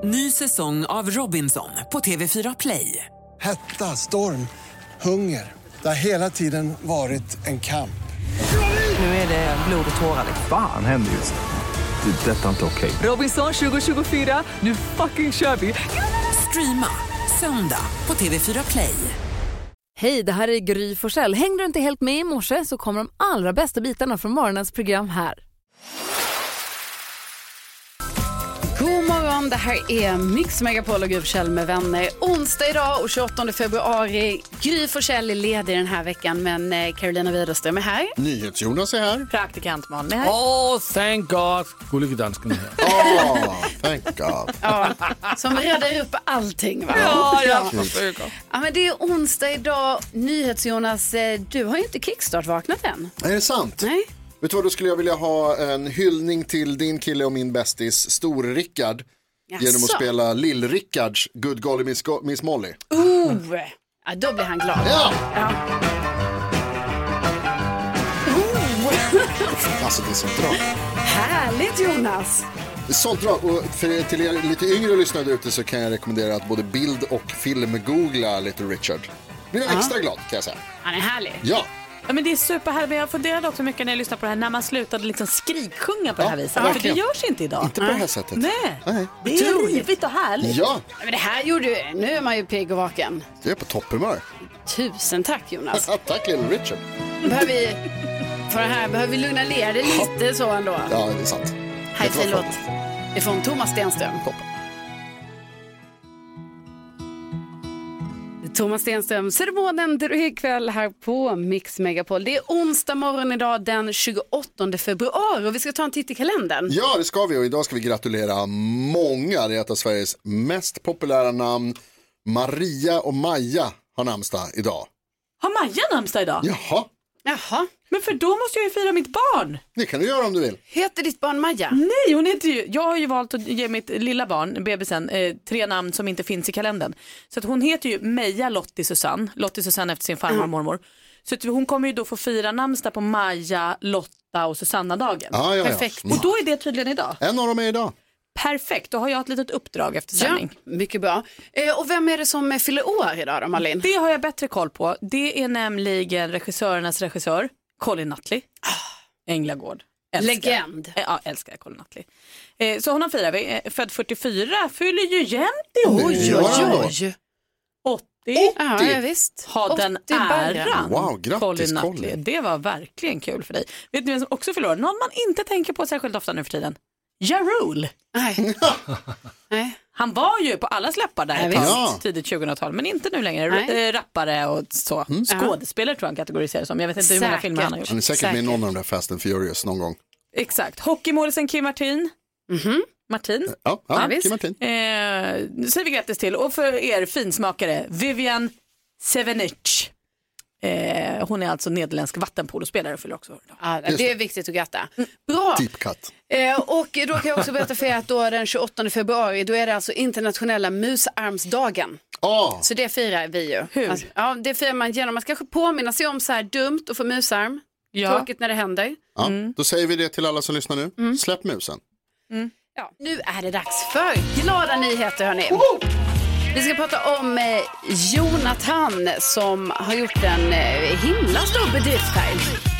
Ny säsong av Robinson på TV4 Play. Hetta, storm, hunger. Det har hela tiden varit en kamp. Nu är det blod och tårar. Fan händer just nu. Det. Detta är inte okej. Robinson 2024, nu fucking kör vi. Streama söndag på TV4 Play. Hej, det här är Gry Forssell. Hängde du inte helt med i morse så kommer de allra bästa bitarna från morgonens program här. God morgon, det här är Mix Megapol och Gry Forssell med vänner. Onsdag idag och 28 februari. Gry Forssell är ledig den här veckan, men Carolina Widerström är här. NyhetsJonas är här. Praktikant man är här. Thank God. Gullige dansken är här. Thank God. Ja, som räddar upp allting, va? Ja. Ja, men det är onsdag idag. NyhetsJonas, du har ju inte kickstart-vaknat än. Är det sant? Nej. Vet du vad, då skulle jag vilja ha en hyllning till din kille och min bästis Stor-Rickard. Genom att spela Lill-Rickards Good Golly Miss Molly. Ja, då blir han glad. Ja. Alltså det är så bra. Härligt, Jonas. Det är sånt bra. Och till er lite yngre lyssnare ute så kan jag rekommendera att både bild och film googla Little Richard. Blir extra glad, kan jag säga. Han är härlig. Ja. Ja, men det är superhärligt. Men jag funderade också mycket när jag lyssnade på det här, när man slutade liksom skriksjunga på det här viset. För det görs inte idag. Inte på det här sättet. Nej. Det är rivigt och härligt. Ja. Men det här gjorde du. Nu är man ju pigg och vaken. Det är på topphumör. Tusen tack, Jonas. Tack Little Richard. Behöver vi lugna ner det lite så ändå. Ja, det är sant. Här är fin låt ifrån Thomas Stenström. Thomas Stenström, ceremonen ikväll här på Mix Megapol. Det är onsdag morgon idag den 28 februari och vi ska ta en titt i kalendern. Ja, det ska vi, och idag ska vi gratulera många. Det är ett av Sveriges mest populära namn. Maria och Maja har namnsdag idag. Har Maja namnsdag idag? Jaha. Men för då måste jag ju fira mitt barn. Det kan du göra om du vill. Heter ditt barn Maja? Nej, hon heter ju... Jag har ju valt att ge mitt lilla barn, bebisen, 3 namn som inte finns i kalendern. Så att hon heter ju Meja Lottie Susanne. Lottie Susanne efter sin farmor och mormor. Så att hon kommer ju då få fira namnsdag på Maja, Lotta och Susanna-dagen. Ja. Perfekt. Och då är det tydligen idag. En av dem är idag. Perfekt, då har jag ett litet uppdrag efter sändning. Ja, mycket bra. Och vem är det som fyller år idag då, Malin? Det har jag bättre koll på. Det är nämligen regissörernas regissör, Colin Nutley. Änglagård. Legend. Ja, älskar Colin Nutley. Så honom firar vi. Född 44, fyller ju jämnt i år. Oj. 80. Ja, visst. Ha den 80 äran. Wow, grattis Colin. Det var verkligen kul för dig. Vet ni vem som också fyller år? Någon man inte tänker på särskilt ofta nu för tiden. Ja Rule. Nej. Han var ju på alla släppar där ett tag, tidigt 2000-tal, men inte nu längre. Rappare och så. Skådespelare tror jag han kategoriserar som. Jag vet inte hur många filmer han har gjort. Han är säkert med i någon av de där Fast and Furious någon gång. Exakt. Hockeymålisen Kim Martin. Martin. Ja, Kim Martin. Säger vi grattis till. Och för er finsmakare, Vivian Sevenic. Hon är alltså nederländsk vattenpolospelare och fyller också. Ja, det är viktigt att gratta. Bra. Deep cut. Och då kan jag också berätta för er att då den 28 februari då är det alltså internationella musarmsdagen. Så det firar vi ju. Hur? Alltså, ja, det firar man genom att kanske påminna sig om så här dumt och få musarm. Tråkigt när det händer. Ja, då säger vi det till alla som lyssnar nu. Släpp musen. Ja, nu är det dags för glada nyheter, hörni. Vi ska prata om Jonathan som har gjort en himla stor bedrift här.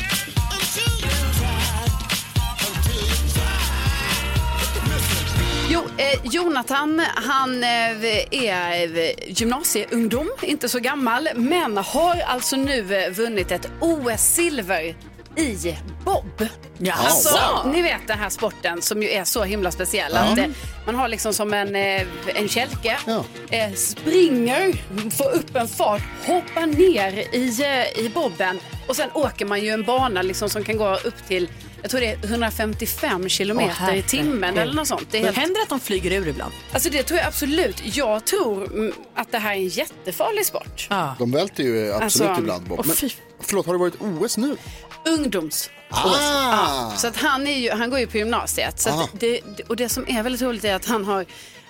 Jonathan, han är gymnasieungdom, inte så gammal, men har alltså nu vunnit ett OS-silver i bob. Alltså, ni vet den här sporten som ju är så himla speciell att man har liksom som en kälke, springer, får upp en fart, hoppar ner i bobben och sen åker man ju en bana liksom som kan gå upp till, jag tror det är 155 kilometer i timmen eller något sånt. Det är händer att de flyger ur ibland? Alltså det tror jag absolut. Jag tror att det här är en jättefarlig sport. De välter ju absolut ibland bob. Men, förlåt, har det varit OS nu? Ungdoms. Så att han går ju på gymnasiet. Så att och det som är väldigt roligt är att han har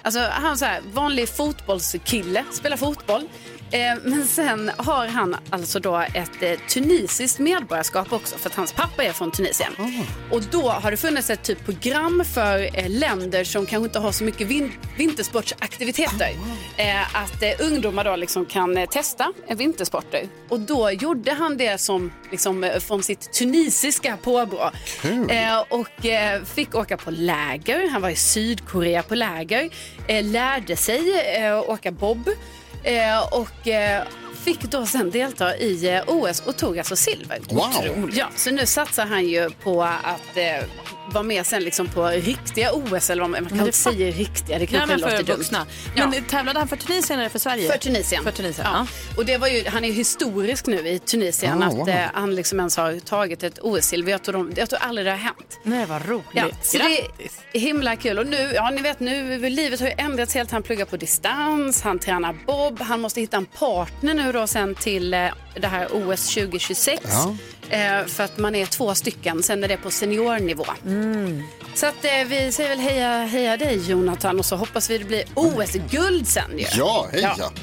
Alltså han så här, vanlig fotbollskille, spelar fotboll. Men sen har han alltså då ett tunisiskt medborgarskap också, för att hans pappa är från Tunisien. Och då har det funnits ett typ program för länder som kanske inte har så mycket vintersportsaktiviteter. Att ungdomar då liksom kan testa vintersporter. Och då gjorde han det som liksom från sitt tunisiska påbrå. Och fick åka på läger. Han var i Sydkorea på läger. Lärde sig åka bob. Och fick då sen delta i OS och tog alltså silver. Wow. Ja, så nu satsar han ju på att vara med sen liksom på riktiga OS, eller vad man kan inte säga riktiga, det kanske låter dumt. Men tävlade han för Tunisien eller för Sverige? För Tunisien. Ja. Och det var ju, han är historisk nu i Tunisien att han liksom ens har tagit ett OS-silver. Jag tror aldrig det har hänt. Nej, vad roligt. Ja, så det är himla kul. Och nu, ja ni vet nu, livet har ju ändrats helt. Han pluggar på distans, han tränar bob, han måste hitta en partner nu då sen till det här OS 2026. Ja. För att man är 2 stycken, sen är det på seniornivå. Så att vi säger väl heja dig Jonathan, och så hoppas vi det blir OS-guld sen ju. Ja, heja! Ja.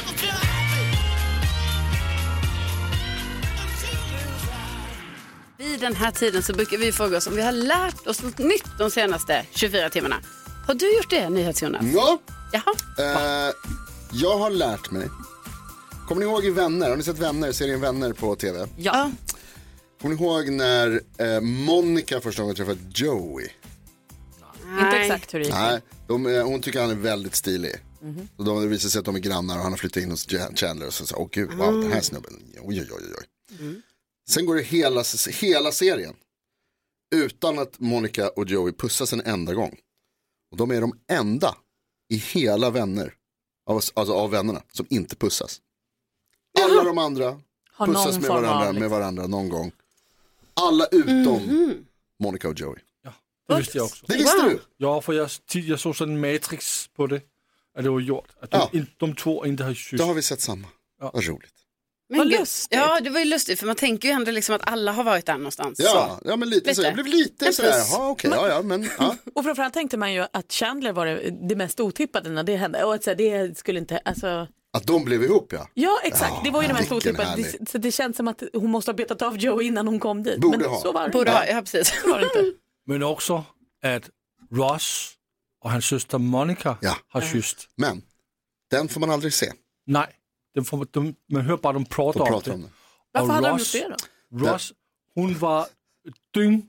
Vid den här tiden så brukar vi fråga oss om vi har lärt oss något nytt de senaste 24 timmarna. Har du gjort det, NyhetsJonas? Ja. Jaha. Jag har lärt mig. Kommer ni ihåg i Vänner? Har ni sett Vänner, serien Vänner på tv? Ja. Kommer ni ihåg när Monica första gången träffade Joey? Nej. Inte exakt hur det gick. Nej, hon tycker han är väldigt stilig. Och då visar sig att de är grannar och han har flyttat in hos Chandler och så åh gud, wow, den här snubben. Oj. Sen går det hela serien utan att Monica och Joey pussas en enda gång. Och de är de enda i hela Vänner, alltså av vännerna, som inte pussas. Alla de andra pussas med varandra någon gång. Alla utom Monica och Joey. Ja, det visste jag också. Det visste du? Ja, för jag såg sådan en matrix på det. Att det var gjort. Att de 2 inte har kyss. Då har vi sett samma. Ja. Vad roligt. Men ja, det var ju lustigt, för man tänker ju ändå liksom att alla har varit där någonstans. Ja, men lite så. Jag blev lite sådär, men Och framförallt tänkte man ju att Chandler var det mest otippade när det hände. Och att det skulle inte, alltså... Att de blev ihop, ja. Ja, exakt. Det var ju det mest otippade. Så det känns som att hon måste ha betat av Joe innan hon kom dit. Borde men ha. Så var det. Borde ha, ja precis. Så var det inte. Men också att Ross och hans syster Monica har kysst. Men den får man aldrig se. Nej, man hör bara de pratar om det. Varför hade de gjort det då? Ross, hon var dyng.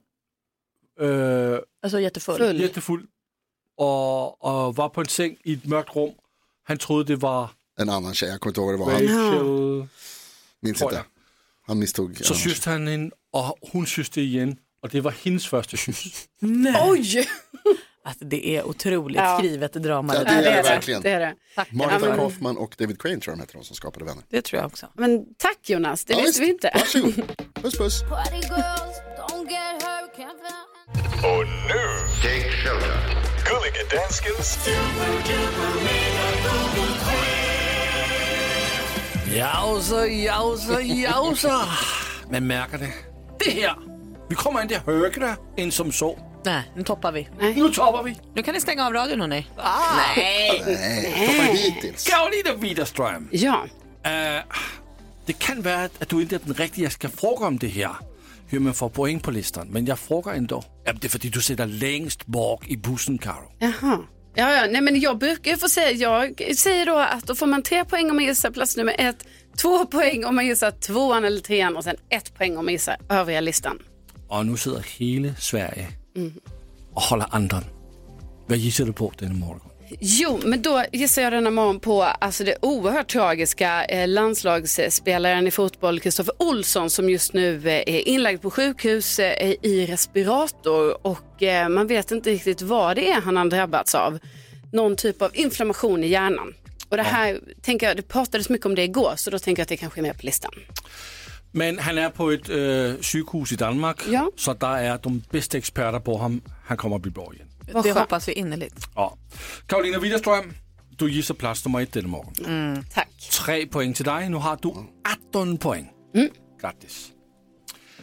Alltså jättefull. Och var på en säng i ett mörkt rum. Han trodde det var en annan tjej, jag kommer inte ihåg vad det var. Rachel. Minns inte. Han misstog. Så kysste han henne och hon kysste igen. Och det var hennes första kyss. Oj! Alltså, det är otroligt skrivet drama. Ja, det är det verkligen. Det är det. Martha Kaufman och David Crane tror jag de heter, de som skapade Vänner. Det tror jag också. Men tack Jonas, det visste vi inte. Varsågod. Puss. Och nu, Jake Shelter. Gulliga Danskens Jausa. Man märker det. Det här. Vi kommer inte högre än som så. Nej, nu toppar vi. Nu toppar vi. Nu kan ni stänga av radion, hörni. Nej, toppar hittills. Karolina Widerström. Ja. Det kan vara att du inte är den riktiga jag ska fråga om det här. Hur man får poäng på listan. Men jag frågar ändå. Det är för att du sitter längst bak i bussen, Karo. Jaha. Ja, nej men jag brukar få säga, jag säger då att då får man 3 poäng om man gissar plats nummer 1, 2 poäng om man gissar 2:an eller 3:an och sen 1 poäng om man gissar övriga listan. Och nu sitter hela Sverige och håller andan. Vad gissar du på den morgon? Jo, men då gissar jag denna morgon på alltså det oerhört tragiska landslagsspelaren i fotboll Kristoffer Olsson som just nu är inlagd på sjukhus i respirator och man vet inte riktigt vad det är han har drabbats av. Någon typ av inflammation i hjärnan. Och det här, tänker jag, det pratades mycket om det igår så då tänker jag att det kanske är med på listan. Men han är på ett sjukhus i Danmark så där är de bästa experter på honom. Han kommer att bli bra igen. Det hoppas vi innerligt. Ja. Karolina Widerström, du gissar plats nummer 1 denna morgon. Tack. 3 poäng till dig. Nu har du 18 poäng. Grattis.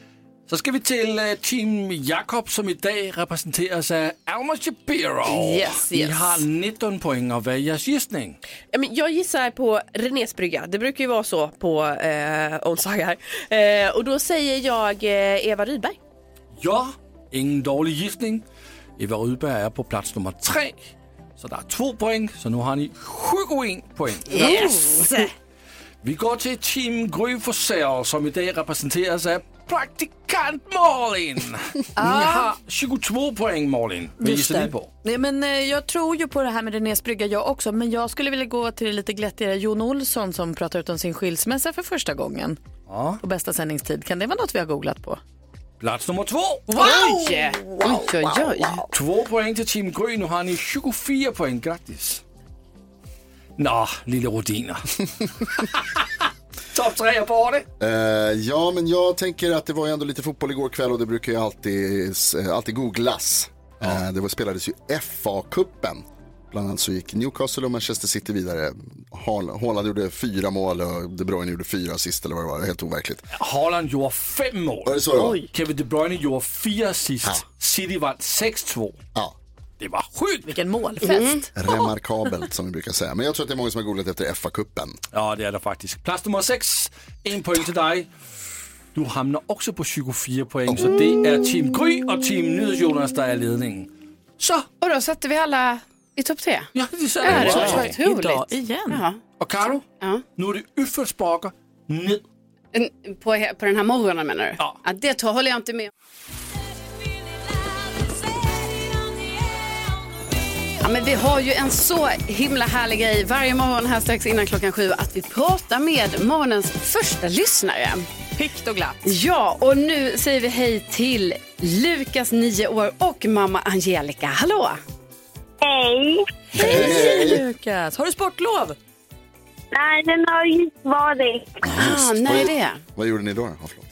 Så ska vi till Team Jakob som idag representeras av Alma Shapiro. Yes. Ni har 19 poäng och vad är jeres gissning? Jag gissar på Renés brygga. Det brukar ju vara så på onsdagar. Och då säger jag Eva Rydberg. Ja, ingen dålig gissning. Eva Rydberg är på plats nummer 3. Så det är 2 poäng, så nu har ni 71 poäng. Yes! Vi går till Team Gry Forssell som idag representeras av praktikant Malin. Ni har 22 poäng, Malin. Vad gissar ni på? Nej, men jag tror ju på det här med Renés brygga jag också. Men jag skulle vilja gå till det lite glättigare Jon Olsson som pratar ut om sin skilsmässa för första gången. Ja. På bästa sändningstid. Kan det vara något vi har googlat på? Plats nummer 2. Oj. 2 poäng till Team Gry. Nu har ni 24 poäng. Grattis. Nå, lilla Rodina. Topp 3 på det. Ja, men jag tänker att det var ju ändå lite fotboll igår kväll och det brukar ju alltid googlas. Det spelades ju FA-cupen. Bland annat så gick Newcastle och Manchester City vidare. Haaland gjorde 4 mål och De Bruyne gjorde 4 assist eller vad det var. Helt overkligt. Haaland gjorde 5 mål. Var det så då? Kevin De Bruyne gjorde 4 assist. Ja. City vann 6-2. Ja. Det var sjukt. Vilken målfest. Remarkabelt som vi brukar säga. Men jag tror att det är många som har googlat efter FA-cupen. Ja, det är det faktiskt. Plats nummer 6. 1 poäng till dig. Du hamnar också på 24 poäng. Så det är Team Gry och Team NyhetsJonas där är ledningen. Så. Och då sätter vi alla i topp 3. Ja, det Ja, är det så. var otroligt. Idag igen. Ja. Och Karo, nu är det utförsbackar ned. På den här morgonen menar du? Ja. Det håller jag inte med. Ja, men vi har ju en så himla härlig grej varje morgon här strax innan 7 att vi pratar med morgonens första lyssnare. Pickt och glatt. Ja, och nu säger vi hej till Lukas 9 år och mamma Angelica. Hallå! Hej! Hej Lukas. Har du sportlov? Nej, den har just varit. När är det? Vad gjorde ni då? Förlåt.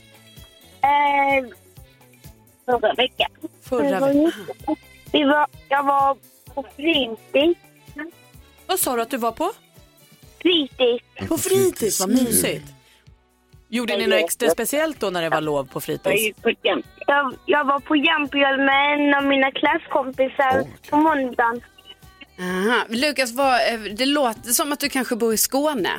Förra veckan. Förra veckan. Jag var på fritids. Vad sa du att du var på? Fritids. På fritids, vad mysigt. Gjorde ni något extra speciellt då när det var lov på fritids? Jag var på Jampiol med en av mina klasskompisar på måndagen. Aha. Lukas, det låter som att du kanske bor i Skåne.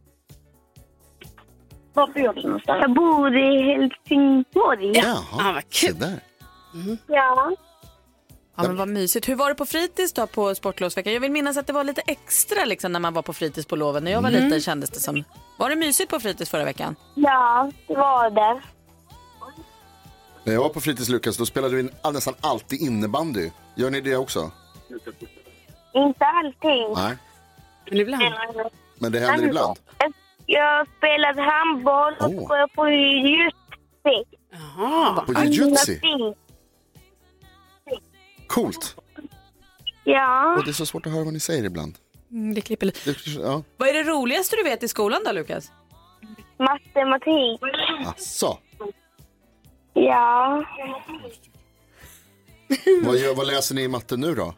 Var bor du någonstans? Jag bor i Helsingborg. Jaha, vad kul. där. Ja. Ja, men vad mysigt. Hur var det på fritids då på sportlovsveckan? Jag vill minnas att det var lite extra liksom, när man var på fritids på loven. När jag var liten kändes det som... Var det mysigt på fritids förra veckan? Ja, det var det. När jag var på fritids, Lukas, då spelade vi nästan alltid innebandy. Gör ni det också? Inte alltid. Nej. Men ibland. Men det händer ibland. Jag spelade handboll och på jujutsu. Jaha. På jujutsu? Coolt. Ja. Och det är så svårt att höra vad ni säger ibland. Det klipper lite. Ja. Vad är det roligaste du vet i skolan då, Lukas? Matematik. Asså. Ja. Vad läser ni i matte nu då?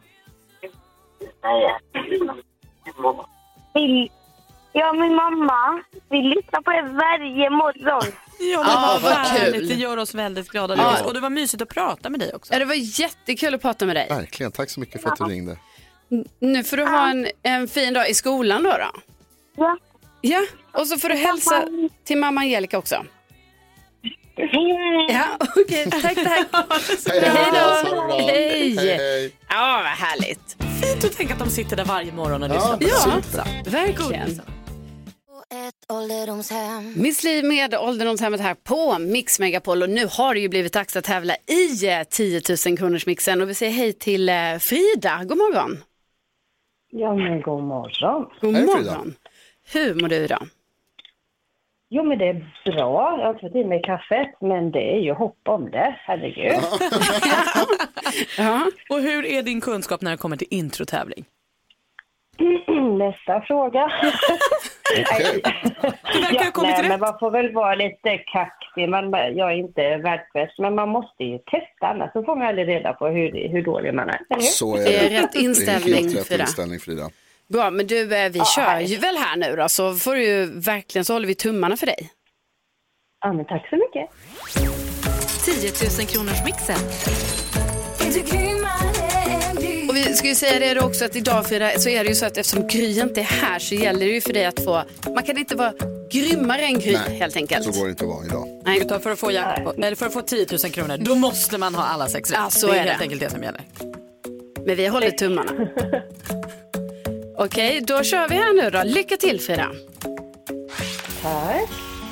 Ja, min mamma vill lyssna på er varje morgon. Ja, vad härligt. kul. Det gör oss väldigt glada, Lukas. Och det var mysigt att prata med dig också. Ja, det var jättekul att prata med dig. Verkligen, tack så mycket för att du ringde. Nu får du ha en fin dag i skolan då. Ja. Ja, och så får du hälsa till mamma Angelica också. Ja, okej. Tack. Hej då. Hej. Ja, vad härligt. Fint att tänka att de sitter där varje morgon och lyssnar på Ja, verkligen. Miss Li med ålderdomshemmet här på Mix Megapol. Och nu har det ju blivit dags att tävla i 10 000 kronors mixen. Och vi säger hej till Frida. God morgon. Ja, men god morgon. God Hej, morgon. Hur mår du idag? Jo, men det är bra. Jag har fått i mig kaffet, men det är ju hopp om det. Herregud. Ja. Och hur är din kunskap när det kommer till introtävling? Nästa fråga. Du verkar ha kommit rätt. Men man får väl vara lite kaxig. Jag är inte världsbäst, men man måste ju testa. Annars så får man aldrig reda på hur dålig man är. Eller? Så är Det är rätt inställning, Det är helt rätt Frida. inställning, Frida. Bra, men du, vi kör ju väl här nu då. Så får du ju verkligen, så håller vi tummarna för dig. Ja, men tack så mycket. 10 000 kronors mixen. Och vi ska ju säga det då också att idag så är det ju så att eftersom Gry inte är här så gäller det ju för dig att få, man kan inte vara grymmare än Gry helt enkelt. Så går det inte att vara idag. Nej. Utan för att få 10 000 kronor, då måste man ha alla 6 rätt. Ja, så det är är helt det. enkelt det som gäller. Men vi håller tummarna. Okej, då kör vi här nu då. Lycka till, Frida. Tack.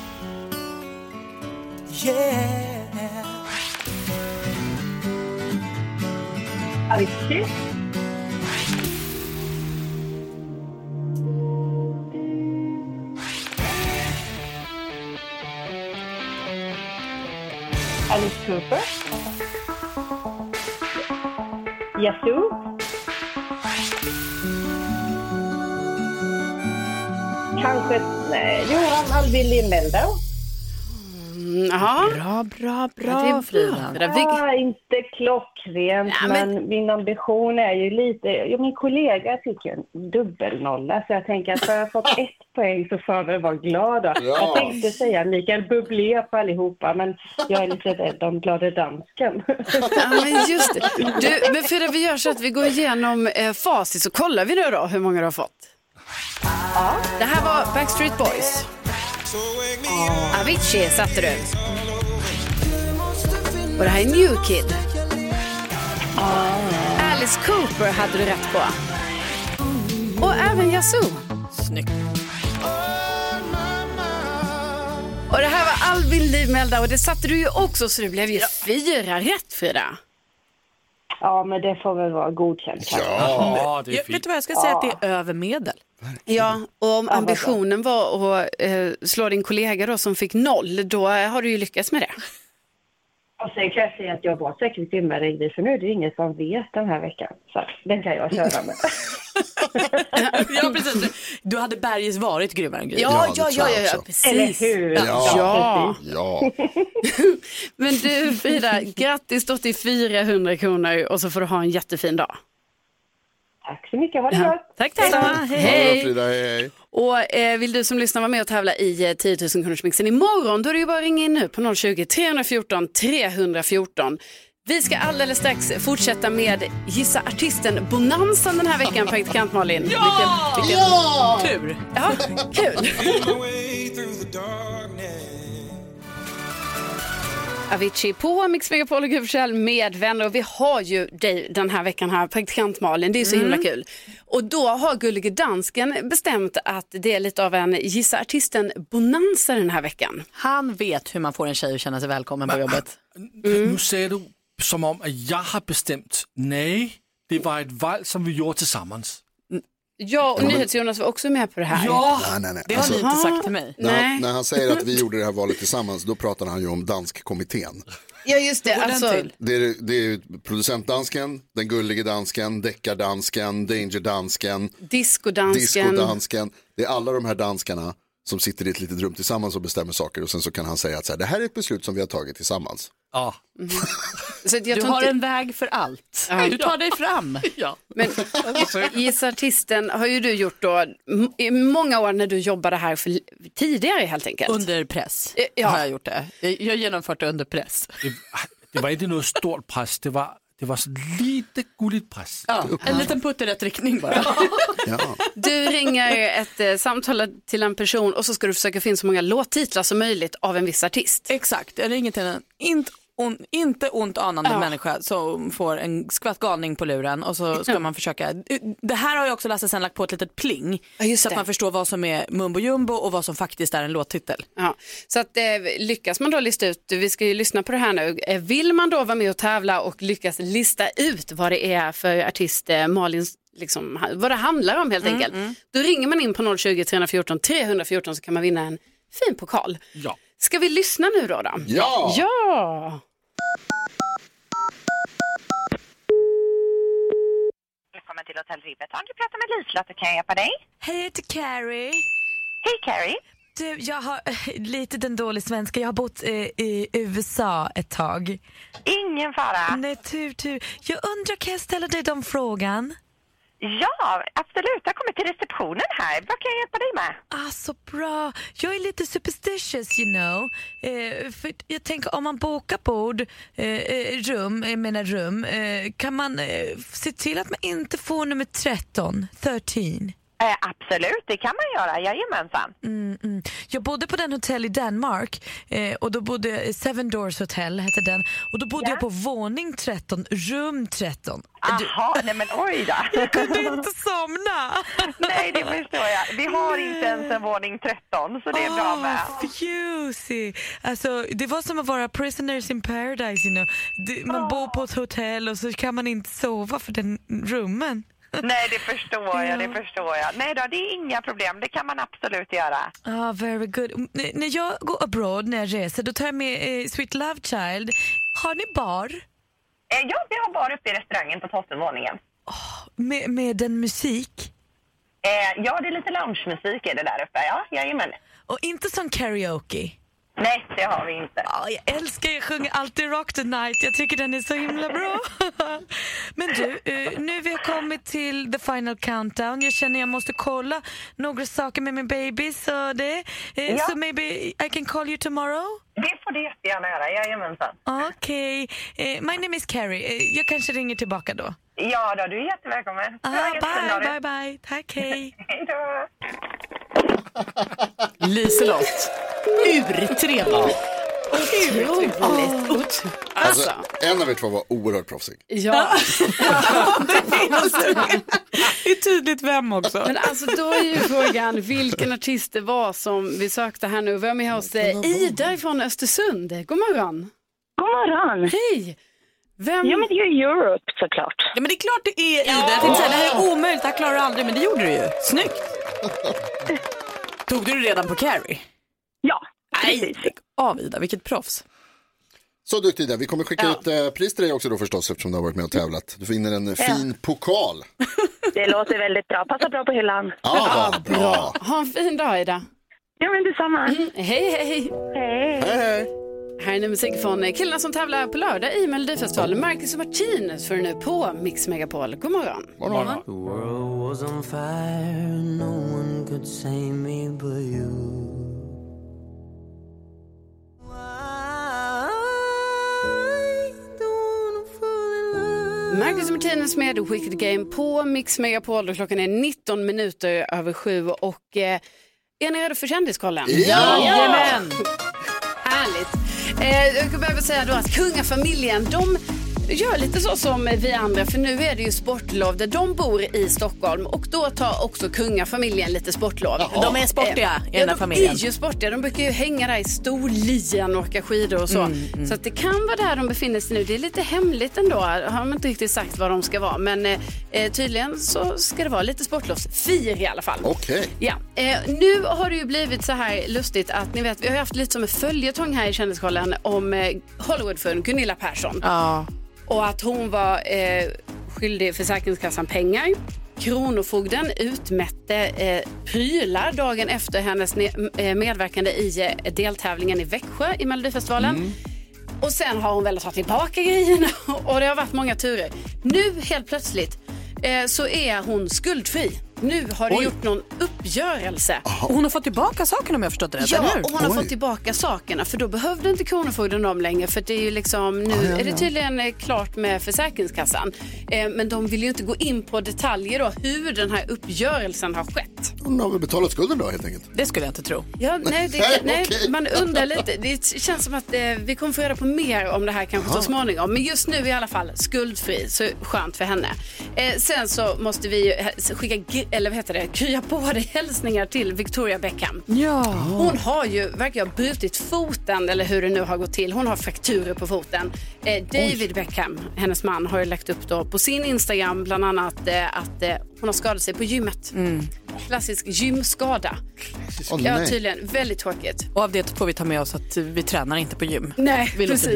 Avicii. Alice Cooper. Yazoo. Kanske Johan Alvin Lindell. Jaha. Bra. Ja, inte klockrent, men min ambition är ju lite... min kollega fick en dubbelnolla, så jag tänker att för jag fått 1 poäng så får jag väl vara glad. Ja. Jag tänkte säga Mikael Bublé på allihopa, men jag är lite rädd om glade dansken. Ja, men just det. Men Frida, vi gör så att vi går igenom facit, så kollar vi nu då hur många du har fått. Ja. Det här var Backstreet Boys. Avicii satte du. Och det här är New Kid. Alice Cooper hade du rätt på. Och även Yazoo. Snyggt. Och det här var Alvin Lindell och det satte du ju också, så det blev ju 4 rätt, Frida. Ja, men det får väl vara godkänt. Ja, det är fint. Vet du vad jag ska säga, att det är över medel. Ja, och om ambitionen var att slå din kollega då som fick 0, då har du ju lyckats med det. Och sen kan jag säga att jag var säkert grymmare i det, för nu är det ingen som vet den här veckan. Så den kan jag köra med. Ja, precis. Du hade Berges varit grymmare än Gry. Ja, precis. Eller hur? Ja. Men du, Frida, grattis då till 400 kronor och så får du ha en jättefin dag. Tack så mycket, ha det bra. Tack. Hej. Frida, hej. Och vill du som lyssnar vara med och tävla i 10 000 kronors mixen imorgon, då är det ju bara att ringa in nu på 020-314-314. Vi ska alldeles strax fortsätta med Gissa artisten Bonanza den här veckan, praktikant Malin. Vilken tur. Ja, kul. Avicii på Mix Megapol och Guvskäll med vänner, och vi har ju dig den här veckan här, praktikant Malin, det är så himla kul. Och då har Gullige Dansken bestämt att det är lite av en Gissa artisten Bonanza den här veckan. Han vet hur man får en tjej att känna sig välkommen på jobbet. Nu säger du som om att jag har bestämt. Nej, det var ett val som vi gjorde tillsammans. Ja, och NyhetsJonas var också med på det här. Ja, nej. Det har ni inte sagt till mig. När han säger att vi gjorde det här valet tillsammans, då pratar han ju om danskkommittén. Ja, just det. Alltså... Det är ju producentdansken, den gullige dansken, deckardansken, dangerdansken, discodansken. Det är alla de här danskarna som sitter i ett litet rum tillsammans och bestämmer saker, och sen så kan han säga att så här, det här är ett beslut som vi har tagit tillsammans. Ja. Så du har en väg för allt. Du tar dig fram. Ja. Men Gissa artisten har ju du gjort då i många år när du jobbade här för tidigare helt enkelt. Under press har jag gjort det. Jag har genomfört det under press. Det var inte något stort press, det var så lite gulligt press. Ja, en liten putt i rätt riktning bara. Ja. Du ringer ett samtal till en person och så ska du försöka finna så många låttitlar som möjligt av en viss artist. Exakt, jag ringer till en inte ont anande människa som får en skvatt galning på luren, och så ska man försöka. Det här har jag också Lasse sen lagt på ett litet pling, så att man förstår vad som är mumbo jumbo och vad som faktiskt är en låttitel. Ja, så att lyckas man då lista ut, vi ska ju lyssna på det här nu, vill man då vara med och tävla och lyckas lista ut vad det är för artist Malins, liksom, vad det handlar om helt enkelt, då ringer man in på 020-314-314 så kan man vinna en fin pokal. Ja. Ska vi lyssna nu då? Ja! Välkommen till Hotell Riberton. Du pratar med Liselotte, kan jag hjälpa dig? Hej, jag heter Carrie. Hej Carrie. Du, jag har lite den dålig svenska. Jag har bott i USA ett tag. Ingen fara. Nej, tur. Jag undrar, kan jag ställa dig den frågan? Ja, absolut. Jag kommer till receptionen här. Vad kan jag hjälpa dig med? Så bra. Jag är lite superstitious, you know. För jag tänker, om man bokar bord, rum, kan man se till att man inte får nummer 13. Absolut, det kan man göra. Jajamensan. Jag bodde på den hotell i Danmark och då bodde Seven Doors Hotel hette den, och då bodde jag på våning 13, rum 13. Jaha, nej men oj då. Jag kunde inte somna. Nej, det förstår jag. Vi har inte ens en våning 13, så det är bra med. Juicy. Alltså, det var som att vara prisoners in paradise, you know. Man bor på ett hotell och så kan man inte sova för den rummen. Nej, det förstår jag, det förstår jag. Nej då, det är inga problem, det kan man absolut göra. Very good. När jag går abroad, när jag reser, då tar jag med Sweet Love Child. Har ni bar? Ja, vi har bar uppe i restaurangen på toppenvåningen. Med den musik? Ja, det är lite loungemusik är det där uppe, ja, jajamän. Och inte som karaoke? Nej, det har vi inte. Jag älskar, jag sjunger alltid Rock the Night. Jag tycker den är så himla bra. Men du, nu vi har kommit till the final countdown. Jag känner jag måste kolla några saker med min baby. Så so maybe I can call you tomorrow? Det får du jättegärna göra, jajamensan. Okej. My name is Carrie. Jag kanske ringer tillbaka då. Ja då, du är jättevälkommen. Bye. Tack, hej. Hej då. Liselott. Urtrevlig. Otroligt. Alltså, en av er två var oerhört proffsig. Ja. Det är tydligt vem också. Men alltså då är ju frågan vilken artist det var som vi sökte här nu. Vi har med oss Ida från Östersund. God morgon. God morgon. Hej. Vem? Ja, men det är ju Europe såklart. Ja, men det är klart det är Ida. Jag tänkte säga, det här är omöjligt, det här klarar du aldrig, men det gjorde du ju. Snyggt. Tog du redan på Carrie? Ja, precis. Av Ida, vilket proffs. Så duktig Ida, vi kommer skicka ut pris till dig också då förstås, eftersom du har varit med och tävlat. Du får in en fin pokal. Det låter väldigt bra, passa bra på hyllan. Ja, bra. Ha en fin dag, Ida. Ja, men detsamma. Hej. Hej. Här är nu musik från killarna som tävlar på lördag i Melodifestivalen. Marcus och Martinus för nu på Mix Megapol. God morgon. God morgon. The world was on fire, no one could save me but you. Marcus och Martinus med Wicked Game på Mix Megapol och klockan är 19 minuter över 7 och är ni redo för kändiskollen? Jajamän! Härligt. Jag behöver säga då att kungafamiljen, de gör lite så som vi andra, för nu är det ju sportlov där de bor i Stockholm och då tar också kungafamiljen lite sportlov. De är sportiga i den här familjen. De är ju sportiga, de brukar ju hänga där i Storlien och åka skidor och så. Så att det kan vara där de befinner sig nu. Det är lite hemligt ändå, har de inte riktigt sagt vad de ska vara, men tydligen så ska det vara lite sportlovsfir i alla fall. Okej. Ja, nu har det ju blivit så här lustigt att ni vet, vi har haft lite som en följetong här i kändiskollen om Hollywoodfrun Gunilla Persson. Ja. Och att hon var skyldig Försäkringskassan pengar. Kronofogden utmätte prylar dagen efter hennes medverkande i deltävlingen i Växjö i Melodifestivalen. Och sen har hon väl tagit tillbaka grejerna och det har varit många turer. Nu helt plötsligt så är hon skuldfri. Nu har det gjort någon uppgörelse. Och hon har fått tillbaka sakerna om jag har förstått det rätt, eller Ja, hur? och hon har fått tillbaka sakerna för då behövde inte Kronofogden dem längre för det är ju liksom, nu är det tydligen klart med Försäkringskassan. Men de vill ju inte gå in på detaljer då hur den här uppgörelsen har skett. Hon har väl betalat skulden då helt enkelt. Det skulle jag inte tro. Ja, nej, okej. man undrar lite. Det känns som att vi kommer få reda på mer om det här kanske så småningom. Men just nu i alla fall skuldfri, så skönt för henne. Sen så måste vi ju skicka, eller vad heter det, krya på det hälsningar till Victoria Beckham. Ja. Hon har ju verkligen brutit foten, eller hur det nu har gått till. Hon har frakturer på foten. David Beckham, hennes man, har ju lagt upp då på sin Instagram bland annat att hon har skadat sig på gymmet. Klassisk gymskada. Ja, tydligen. Väldigt tråkigt. Och av det får vi ta med oss att vi tränar inte på gym. Nej, vi precis.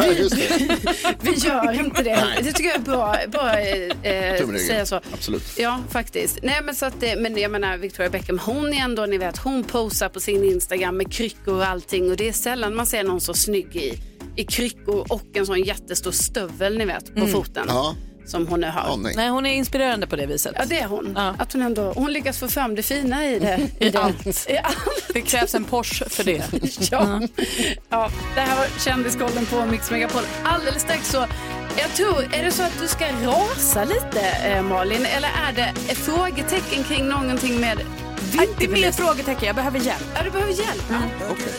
Vi gör inte det. Det tycker jag är bra. Bara säga så. Absolut. Ja, faktiskt. Nej, men så att men jag menar Victoria Beckham, hon är ändå, ni vet, hon posar på sin Instagram med kryckor och allting och det är sällan man ser någon så snygg i kryckor och en sån jättestor stövel, ni vet, på foten. Ja. som hon nu har. Nej, hon är inspirerande på det viset. Ja, det är hon. Ja. Att hon lyckas få fram det fina i det. I allt. Det krävs en Porsche för det. Ja, det här var Kändiskollen på Mix Megapol. Alldeles strax så, jag tror, är det så att du ska rasa lite, Malin? Eller är det frågetecken kring någonting med... Det är mer frågetecken, jag behöver hjälp. Ja, du behöver hjälp. Okej.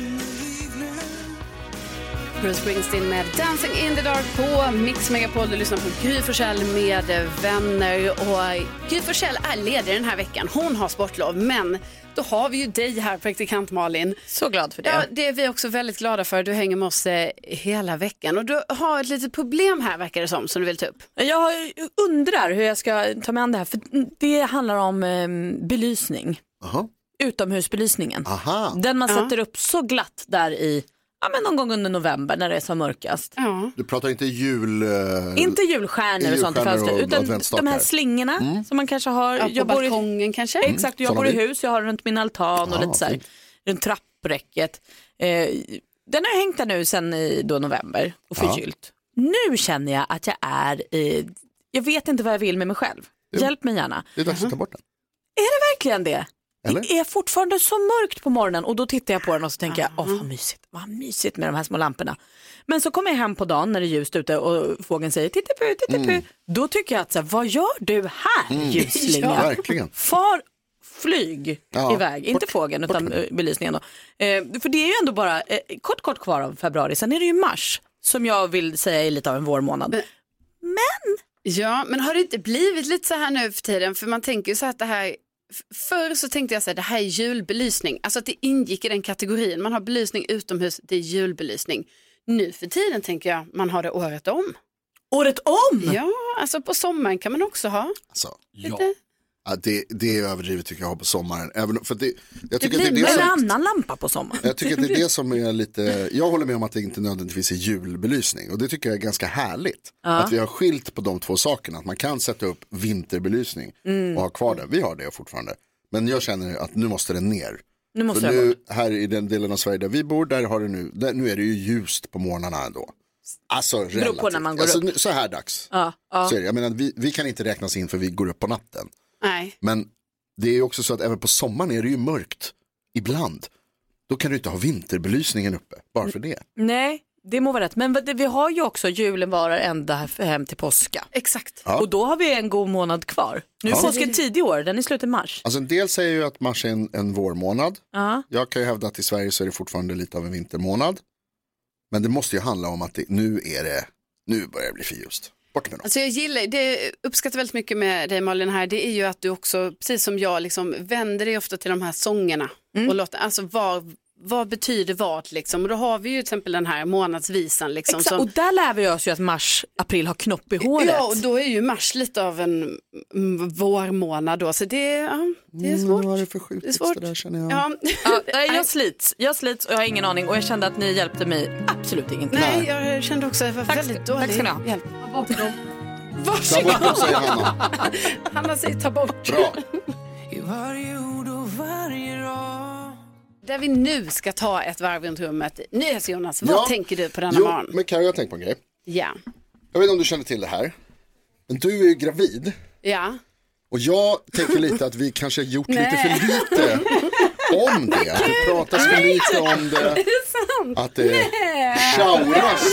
Bruce Springsteen med Dancing in the Dark på Mix Megapol. Du lyssnar på Gry Forssell med vänner. Och Gry Forssell är ledig den här veckan. Hon har sportlov, men då har vi ju dig här, praktikant Malin. Så glad för det. Ja, det är vi också väldigt glada för. Du hänger med oss hela veckan. Och du har ett litet problem här, verkar det som du vill ta upp. Jag undrar hur jag ska ta mig an det här. För det handlar om belysning. Aha. Utomhusbelysningen. Aha. Den man sätter upp så glatt där i... Ja, men någon gång under november när det är som mörkast. Ja. Du pratar inte inte julstjärnor och sånt i fönstret, utan de här slingorna som man kanske har. Ja, på balkongen kanske. Exakt, jag bor i hus, jag har runt min altan och lite så här, runt trappräcket. Den har hängt där nu sedan i november och förgyllt. Nu känner jag att jag är jag vet inte vad jag vill med mig själv. Hjälp mig gärna. Det är dags att ta bort den. Är det verkligen det? Eller? Det är fortfarande så mörkt på morgonen och då tittar jag på den och så tänker jag, vad mysigt med de här små lamporna. Men så kommer jag hem på dagen när det är ljust ute och fågeln säger titta på. Då tycker jag att vad gör du här, ljusslinga? Ja, verkligen. Far flyg iväg, inte fågeln utan belysningen då. För det är ju ändå bara kort kvar av februari, sen är det ju mars som jag vill säga är lite av en vårmånad. Men... Ja, men har det inte blivit lite så här nu för tiden? För man tänker ju så att det här... Förr så tänkte jag så här, det här är julbelysning. Alltså att det ingick i den kategorin. Man har belysning utomhus, det är julbelysning. Nu för tiden tänker jag, man har det året om. Året om? Ja, alltså på sommaren kan man också ha. Alltså, lite. Ja, det är överdrivet tycker jag ha på sommaren. Även för jag tycker det att blir det är en annan lampa på sommaren. Jag tycker att det är det som är lite... Jag håller med om att det inte nödvändigtvis är julbelysning. Och det tycker jag är ganska härligt. Att vi har skilt på de två sakerna. Att man kan sätta upp vinterbelysning och ha kvar det. Vi har det fortfarande. Men jag känner att nu måste den ner. Nu här i den delen av Sverige där vi bor, där har det nu är det ju ljust på morgnarna ändå. Alltså relativt. När man går upp. Så här dags. Så är det. Jag menar, vi kan inte räknas in för vi går upp på natten. Nej. Men det är ju också så att även på sommaren är det ju mörkt ibland. Då kan du inte ha vinterbelysningen uppe, bara för det. Nej, det må vara rätt. Men vi har ju också julen varar ända hem till påska. Exakt. Och då har vi en god månad kvar. Nu är påsken tidig år, den är slut i mars. Alltså en del säger ju att mars är en vårmånad. Jag kan ju hävda att i Sverige så är det fortfarande lite av en vintermånad. Men det måste ju handla om att nu börjar det bli för ljust. Alltså jag gillar, det uppskattar väldigt mycket med dig Malin här, det är ju att du också, precis som jag, liksom vänder dig ofta till de här sångerna och låter, alltså vad betyder vad liksom, och då har vi ju till exempel den här månadsvisan liksom. Exakt, och där lär vi oss ju att mars, april har knopp i håret. Ja, och då är ju mars lite av en vårmånad då, så det är svårt. Vad är det för skjutits det där känner jag? Jag slits och jag har ingen aning och jag kände att ni hjälpte mig absolut ingenting. Nej, jag kände också att det var väldigt dålig tack ska ni ha. Hjälp. Ta bort dem, säger Hanna. Hanna säger ta bort. Bra. Där vi nu ska ta ett varv runt rummet. Jonas, vad tänker du på denna morgon? Men Karo, jag tänker på en grej. Ja. Jag vet inte om du känner till det här. Men du är ju gravid. Ja. Och jag tänker lite att vi kanske har gjort lite för lite om det. Att det pratas för lite om det. Det är sant. Att det tjauras.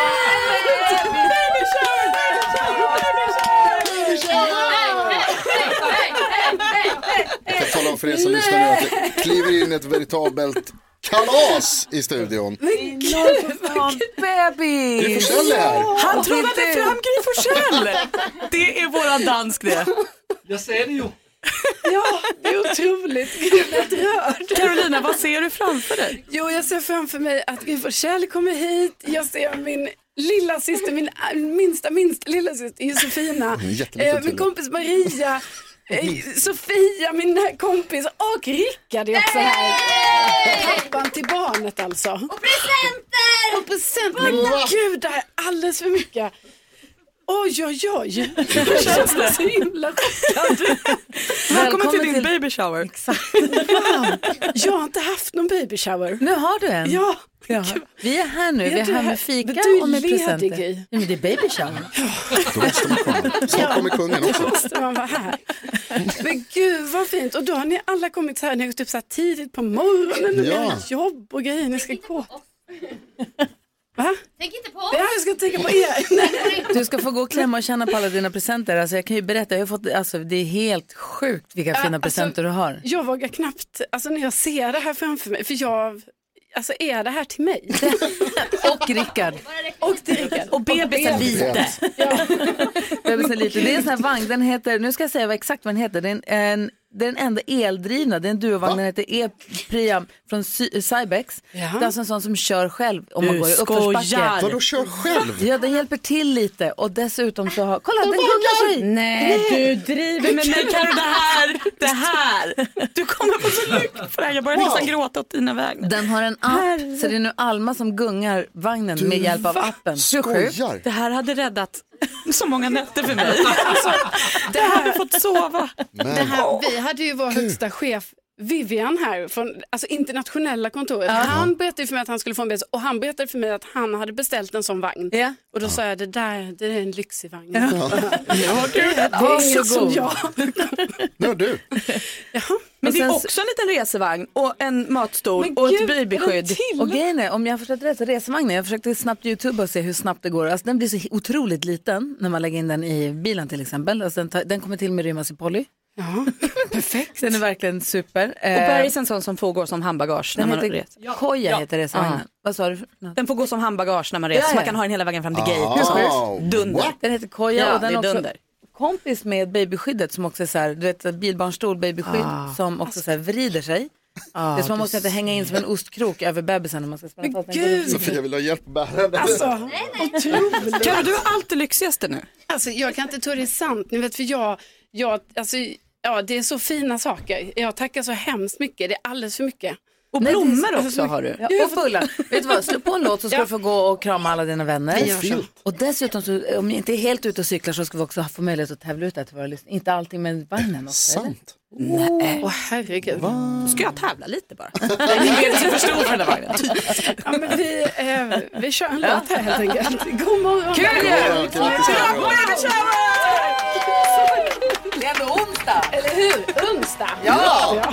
Jag kan tala om för er som lyssnar nu att det kliver in ett veritabelt kalas i studion. Men gud, bebis! Gry Forssell är här. Han trovade fram Gry Forssell. Det är våran dansk det. Jag säger det ju. Ja, det är otroligt. Carolina, vad ser du framför dig? Jo, jag ser framför mig att Gry Forssell kommer hit. Jag ser min lilla syster, min minsta lilla syster Josefina. Min kompis Maria. Sofia, min kompis, och Rickard är också här. Pappan till barnet alltså. Och presenter! Men gud, det här är alldeles för mycket. Oj. Det känns så himla chockad. Välkommen till din baby shower. Exakt. Jag har inte haft någon baby shower. Nu har du en. Ja. Vi är här nu, vi är här med fika och med presenter. Ja, men det är baby shower. Då måste man komma. Så kommer kungen också. Då måste man vara här. Men gud vad fint. Och då har ni alla kommit så här, ni har gått upp så här tidigt på morgonen. Och ja. Jobb och grejer, ni ska gå. Va? Tänk inte på oss. Ja, jag ska tänka på er. Du ska få gå och klämma och känna på alla dina presenter. Alltså jag kan ju berätta, jag har fått, alltså, det är helt sjukt vilka fina presenter du har. Jag vågar knappt, alltså när jag ser det här framför mig, för jag... Alltså är det här till mig? Och Rickard. Och bebisen lite. Ja. Bebisen lite. Det är en sån här vagn, den heter, nu ska jag säga exakt vad den heter. Det är den enda eldrivna, det är en duovagn, den heter E-Priam från Cybex. Ja. Det är alltså en sån som kör själv om man går i uppförsbacke. Vadå kör själv? Ja, den hjälper till lite och dessutom så har, kolla den gungar sig. Nej, du driver med mig Karo, det här. Du kommer få så mycket för det här, jag börjar nästan gråta åt dina vägnar. Den har en app, så det är nu Alma som gungar vagnen med hjälp av appen. Skojar. Det här hade räddat så många nätter för mig. Alltså, det här har jag fått sova. Vi hade ju vår högsta chef Vivian här från alltså internationella kontoret. Han berättade för mig att han skulle få en bes och han berättade för mig att han hade beställt en sån vagn. Ja. Och då sa jag det är en lyxig vagn. Ja. Det är inget som jag. Nu du. Men det är också en liten resevagn och en matstol och ett babyskydd. Och grejen är, om jag har förstått rätt så resevagnen, jag försökte snabbt YouTube och se hur snabbt det går. Alltså den blir så otroligt liten när man lägger in den i bilen till exempel. Alltså den kommer till med rymmas i poly. Ja, perfekt. Den är verkligen super. Och Bergs en sån som får gå som handbagage när man reser. Koja heter resevagnen. Vad sa du? Den får gå som handbagage när man reser. Så man kan ha den hela vägen fram till gate. Dunder. Den heter Koja och den är också dunder. Kompis med babyskyddet som också är så här, du vet, bilbarnstol babyskydd som också så här vrider sig. Det är som man måste inte hänga in som en ostkrok över bebisen när man ska spänna fast den. Sofia vill ha hjälp att bära den. Alltså, otroligt. Kan du ha allt det lyxigaste nu? Alltså jag kan inte tro det är sant. Ni vet, för jag alltså, ja, det är så fina saker. Jag tackar så hemskt mycket. Det är alldeles för mycket. Och blommor också har du. Ja, och fulla. Vet du vad, slå på en låt så ska du få gå och krama alla dina vänner. Och dessutom, så, om jag inte är helt ute och cyklar så ska vi också få möjlighet att tävla ut det till våra lyssnare. Inte allting med vagnen också. Sant. Nej. Åh herregud. Ska jag tävla lite bara? Jag är för stor för den här vagnen. Ja, men vi kör en låt här helt enkelt. God morgon. Kul! Det är ändå onsdag. Eller hur? Onsdag. Ja.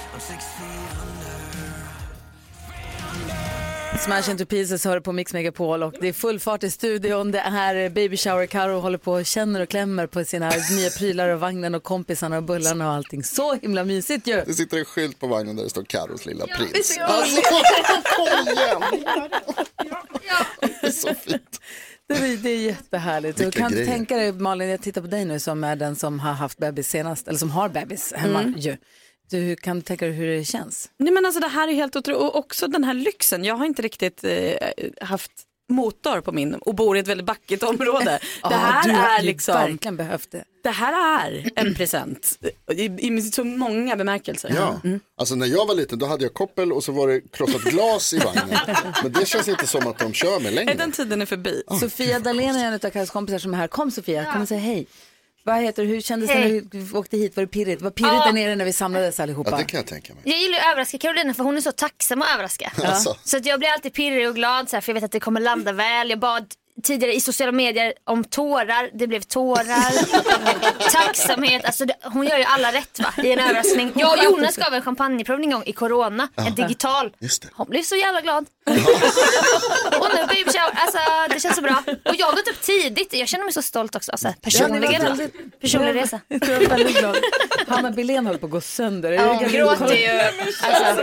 Smash Into Pieces hör på Mix Megapol och det är full fart i studion. Det är baby shower. Karo håller på och känner och klämmer på sina nya prylar och vagnen och kompisarna och bullarna och allting. Så himla mysigt ju. Det sitter en skylt på vagnen där det står Karos lilla prins. Alltså, kom igen. Det är så fint. Det är jättehärligt. Du kan tänka dig, Malin, jag tittar på dig nu som är den som har haft bebis senast, eller som har bebis hemma ju. Du kan tänka dig hur det känns. Nej, men alltså det här är helt otroligt. Och också den här lyxen. Jag har inte riktigt haft motor på min och bor i ett väldigt backigt område. Det här är liksom verkligen behövt det. Det här är en present i så många bemärkelser. Ja. Alltså när jag var liten då hade jag koppel och så var det krossat glas i vagnen. Men det känns inte som att de kör med längre. Den tiden är förbi. Sofia Dalén är en av Karos kompisar som är här. Kom Sofia, kom och säg hej. Vad heter du? Hur kändes det när du åkte hit? Var det pirrigt? Var pirrigt där nere när vi samlades allihopa? Ja, det kan jag tänka mig. Jag gillar att överraska Carolina för hon är så tacksam att överraska. Så att jag blir alltid pirrig och glad så här, för jag vet att det kommer landa väl. Jag bad tidigare i sociala medier om tårar. Det blev tårar. Tacksamhet. Alltså hon gör ju alla rätt va? I en överraskning. Jag och Jonas gav en champagneprovning gång i corona. En digital. Hon blev så jävla glad. Och nu baby shower. Alltså det känns så bra. Och jag har gått upp tidigt. Jag känner mig så stolt också. Alltså, personlig resa. Jag tror jag är väldigt glad. Hanna Billén håller på att gå sönder. Ja, gråter ju. Alltså.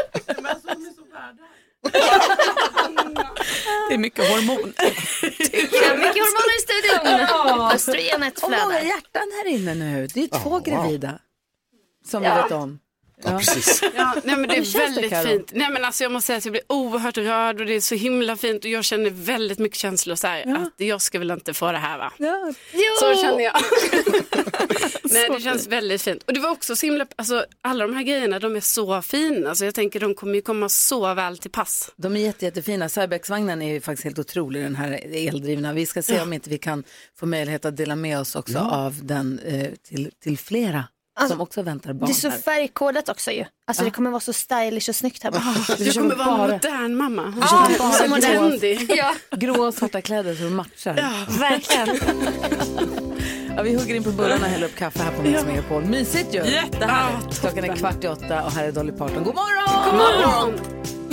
Det är mycket hormon. Mycket hormoner i studion. Östrogenet flödar. Och många hjärtan här inne nu. Det är 2 gravida som vi vet om. Ja, precis. Ja, nej, men det är känns det, väldigt Karo? fint. Nej, men alltså, jag måste säga att jag blir oerhört rörd och det är så himla fint och jag känner väldigt mycket känslor så här, att jag ska väl inte få det här va? Ja. Så känner jag. Nej, det känns väldigt fint. Och det var också så himla, alltså alla de här grejerna, de är så fina. Alltså jag tänker de kommer ju komma så väl till pass. De är jättefina. Cybex-vagnen är ju faktiskt helt otrolig, den här eldrivna. Vi ska se om inte vi kan få möjlighet att dela med oss också av den till flera som också väntar barn. Det är så färgkodat också ju. Alltså det kommer vara så stylish och snyggt här. Du kommer vara modern mamma. Så modern. Ja. Grå och svarta kläder så de matchar. Ja, verkligen. Ja, vi hugger in på bullarna och häller upp kaffe här på Mix Megapol. Mysigt ju. Jättehärligt. Klockan är 7:15 och här är Dolly Parton. God morgon! God morgon!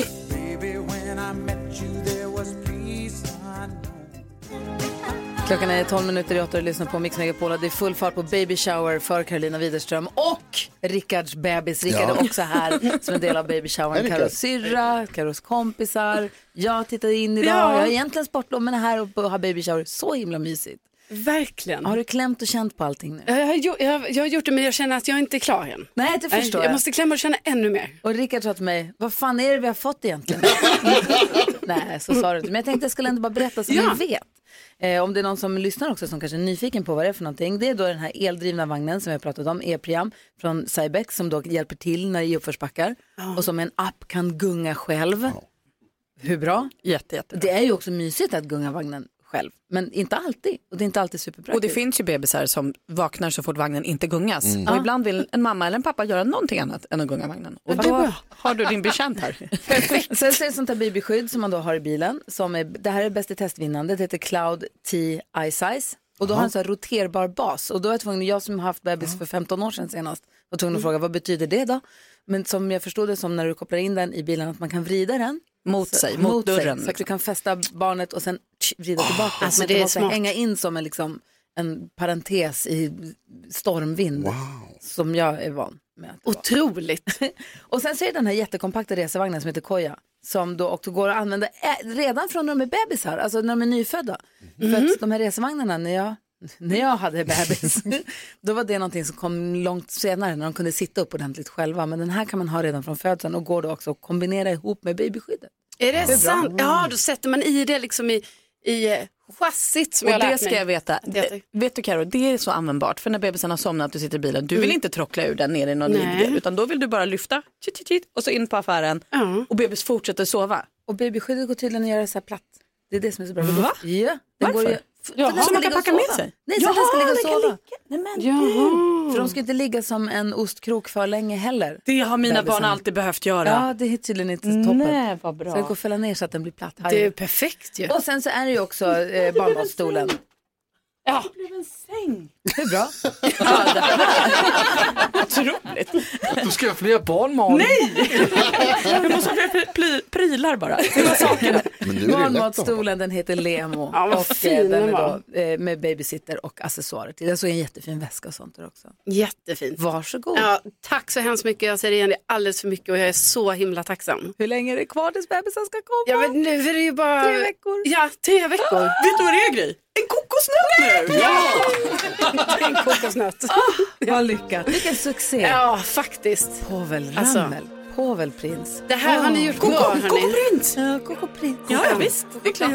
Klockan är 12:12 och lyssnar på Mix Megapol. Det är full fart på baby shower för Carolina Widerström och Rickards bebis. Rickard är också här som en del av baby showern. Karos syrra, Karos kompisar. Jag tittade in idag. Jag har egentligen sportlov men är här och har baby shower. Så himla mysigt. Verkligen. Har du klämt och känt på allting nu? Jag har gjort det men jag känner att jag inte är klar än. Nej, det förstår jag. Jag måste klämma och känna ännu mer. Och Rickard sa till mig, vad fan är det vi har fått egentligen? Nej, så sa du inte. Men jag tänkte jag skulle ändå bara berätta så ni vet. Om det är någon som lyssnar också som kanske är nyfiken på vad det är för någonting. Det är då den här eldrivna vagnen som jag pratat om, e-program från Cybex som då hjälper till när det är uppförsbackar. Och som en app kan gunga själv. Hur bra? Jättebra. Det är ju också mysigt att gunga vagnen själv. Men inte alltid. Och det är inte alltid superpraktiskt. Och det finns ju bebisar som vaknar så fort vagnen inte gungas. Och ibland vill en mamma eller en pappa göra någonting annat än att gunga vagnen. Och då har du din betjänt här. Sen är det sånt här babyskydd som man då har i bilen. Det här är bäst i testvinnande. Det heter Cloud T iSize. Och då har en så här roterbar bas. Och då är jag som har haft bebis för 15 år sedan senast var tvungen att fråga vad betyder det då? Men som jag förstod det som när du kopplar in den i bilen att man kan vrida den mot dörren. Så att du kan fästa barnet och sen vrida tillbaka. Alltså men det måste smart. hänga in som en parentes i stormvind. Wow. Som jag är van med. Otroligt. Och sen så är det den här jättekompakta resevagnen som heter Koja. Som då också går att använda redan från när de är bebisar. Alltså när de är nyfödda. För att de här resevagnarna när jag hade bebis, då var det någonting som kom långt senare när de kunde sitta upp ordentligt själva. Men den här kan man ha redan från födseln och går då också att kombinera ihop med babyskyddet. Är det sant? Ja, då sätter man i det liksom i chassit som och jag lärt mig. Och det ska jag veta. Vet du Karo, det är så användbart. För när bebisen har somnat och du sitter i bilen, du vill inte trockla ur den ner i någon nidel, utan då vill du bara lyfta och så in på affären och bebis fortsätter sova. Och babyskyddet går tydligen att göra så här platt. Det är det som är så bra. Va? Ja. Varför? Så man kan packa med sig? Nej, så den ska ligga och sova. För de ska inte ligga som en ostkrok för länge heller. Det har mina barn alltid behövt göra. Ja, det är tydligen inte toppen. Nej, vad bra. Så det går att fälla ner så att den blir platt. Det är perfekt ju. Och sen så är det ju också barnmatstolen. Ja. Det blev en säng. Hur bra? Ja, det här. Otroligt. Du ska ha fler barnmat. Nej! Jag måste ha prylar bara. Barnmatstolen, den heter Lemo. Ja, vad och fin den är då med babysitter och accessoarer till. Den så är en jättefin väska och sånt där också. Jättefint. Varsågod. Ja, tack så hemskt mycket. Jag säger igen, det är alldeles för mycket och jag är så himla tacksam. Hur länge är det kvar tills bebisen ska komma? Ja, men nu är det ju bara 3 veckor. Ja, 3 veckor. Vet du vad det är, Gry? En kokosnöt nu! Ja! En kokosnöt. Vad lyckat. Vilken succé. Ja, faktiskt. Povelrammel. Povelprins. Det här har ni gjort bra, hörni. Kokoprins. Ja, kokoprins. Ja, visst. Det är klart.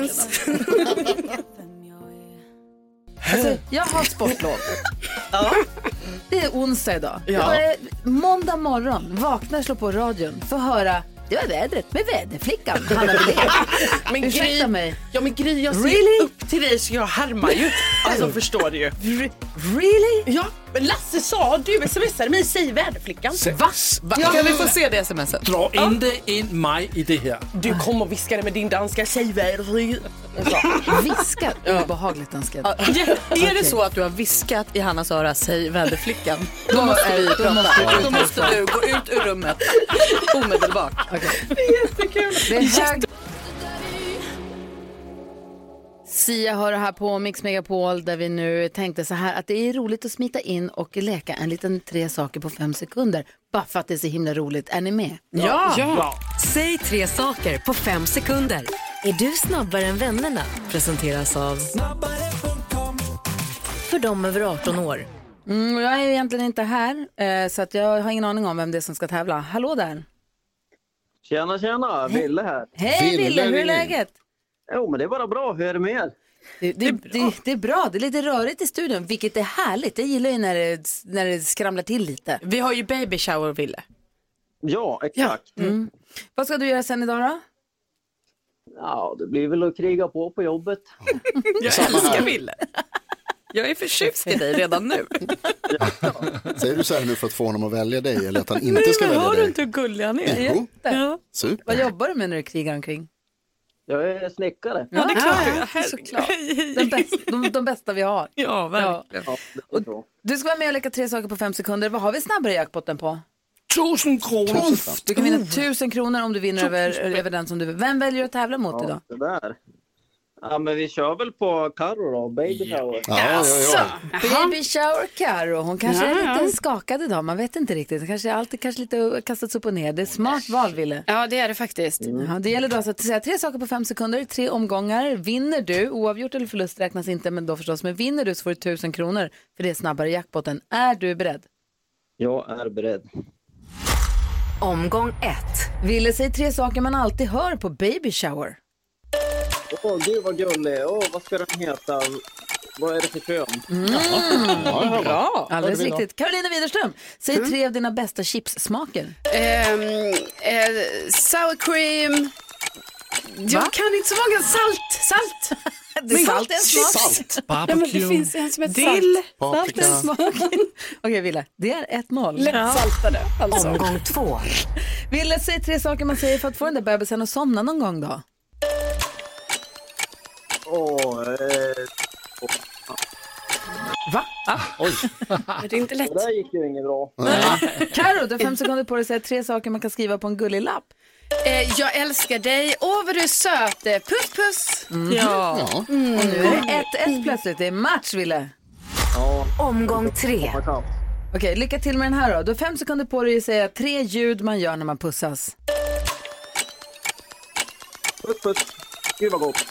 Alltså, jag har sportlov. Ja. Det är onsdag idag. Ja. Måndag morgon vaknar, slår på radion för att höra det var vädret med väderflickan Hanna Wilén. Men ursäkta mig. Ja men Gry, jag ser upp till dig så jag härmar ju. Alltså förstår du ju. Really? Ja, men Lasse sa du smsade mig, säg väderflickan. Va? Ja, kan vi få se det smset? Dra inte in mig i det här. Du kommer och viskade med din danska tjejväder. Viska? Obehagligt danska. Är det så att du har viskat i Hannas öra, säg väderflickan? Då måste vi prata. Då måste du gå ut ur rummet omedelbart. Okay. Det är jättekul. Det är Sia hör här på Mix Megapol där vi nu tänkte så här att det är roligt att smita in och leka en liten 3 saker på 5 sekunder. Bara för att det är så himla roligt. Är ni med? Ja. Säg 3 saker på 5 sekunder. Är du snabbare än vännerna? Presenteras av För dem över 18 år. Och jag är ju egentligen inte här, så att jag har ingen aning om vem det är som ska tävla. Hallå där. Tjena, Ville här. Hej Ville, hur är läget? Jo, men det är bara bra. Hur är det med er? Det är bra, det är lite rörigt i studion, vilket är härligt. Jag gillar ju när det skramlar till lite. Vi har ju baby shower, Ville. Ja, exakt. Ja. Vad ska du göra sen idag då? Ja, det blir väl att kriga på jobbet. Jag älskar Ville. Jag är förtjust i dig redan nu. Säger du så här nu för att få honom att välja dig eller att han inte ska välja dig? Har du inte hur gullig han är? Jo. Ja. Super. Vad jobbar du med när du krigar omkring? Jag är snickare. Ja, det är klart. Såklart. De bästa vi har. Ja, verkligen. Ja, och du ska vara med och leka 3 saker på 5 sekunder. Vad har vi snabbare jackpotten på? 1000 kronor. Du kan vinna 1000 kronor om du vinner över den som du vill. Vem väljer du att tävla mot idag? Det där. Ja, men vi kör väl på Karo då, baby shower. Ja. Baby shower Karo. Hon kanske är lite skakad idag, man vet inte riktigt. Kanske lite kastats upp och ner. Det är smart val, Ville. Ja, det är det faktiskt. Ja, det gäller då alltså att säga 3 saker på 5 sekunder, 3 omgångar. Vinner du, oavgjort eller förlust räknas inte, men då förstås. Men vinner du så får du 1000 kronor för det är snabbare jackpotten. Är du beredd? Jag är beredd. Omgång 1. Ville säga 3 saker man alltid hör på baby shower. Gud vad gullig. Vad ska den heta? Vad är det för kön? Bra. Alldeles riktigt. Karolina Widerström, säg 3 av dina bästa chipssmaker. Sour cream. Jag kan inte så många. Salt. Salt är en smak. Salt. Ja, men det finns en som heter dill. Salt är en smak. Okej, Ville. Det är 1-0. Lättsaltade. Alltså. Omgång 2. Ville, säg 3 saker man säger för att få den där bebisen att somna någon gång då. Va? Oj. Det är inte lätt. Det där gick ju inget bra. Karo, du har 5 sekunder på dig att säga 3 saker man kan skriva på en gullig lapp. Jag älskar dig. Vad du är söt. Puss, puss. Ja. Och nu är det 1-1 plötsligt. Det är match, Ville. Omgång 3. Okej, lycka till med den här då. Du har 5 sekunder på dig att säga 3 ljud man gör när man pussas. Puss. Gud vad gott.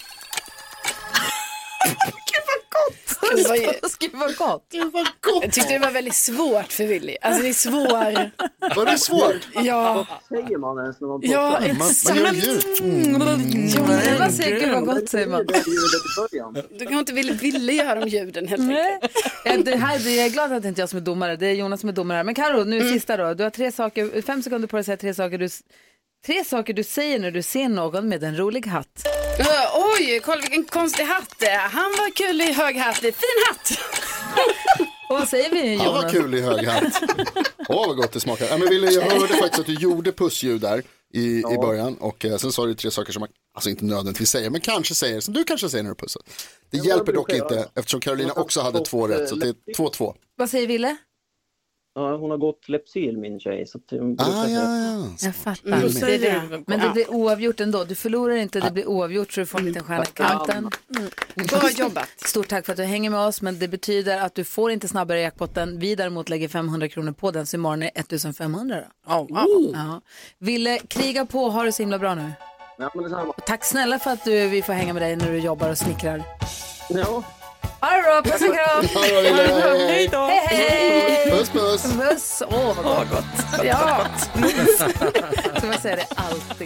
Gud vad gott. Jag tyckte det var väldigt svårt för Willy. Alltså det är svårt. Var det svårt? Ja. Vad säger man ens när man pussar? Ja, Man gör ljud. Man säger gud vad gott, säger man. Du kan inte ville göra de ljuden helt enkelt. Jag är glad att det inte är jag som är domare. Det är Jonas som är domare här. Men Karo, nu är sista då. Du har 5 sekunder på dig att säga 3 saker du säger när du ser någon med en rolig hatt. Oj, kolla vilken konstig hatt. Han var kul i hög hatt. Fin hatt. Och vad säger vi, Jonas? Han var kul i hög hatt. Vad gott det smakar. Ja, men Ville, jag hörde faktiskt att du gjorde pussljud där i början. Och sen sa du 3 saker som man alltså inte nödvändigtvis säger, men kanske säger, som du kanske säger när du pussar. Det hjälper dock inte, eftersom Carolina också hade 2 rätt, så det är 2-2. Vad säger Ville? Ja, hon har gått Lepsyl, min tjej. Så jag fattar. Men det blir oavgjort ändå. Du förlorar inte, det blir oavgjort, så du får en liten stjärna i kanten. Bra jobbat. Stort tack för att du hänger med oss, men det betyder att du får inte snabbare i jackpotten. Vi däremot lägger 500 kronor på den, så imorgon är 1500 då. Ja. Ville, kriga på, ha det så himla bra nu. Ja, men detsamma. Tack snälla för att vi får hänga med dig när du jobbar och snickrar. Ja. Hallå, puss och kram. Hej då. Hej. Puss. Puss. Vad gott. Ja. Så man säger det alltid.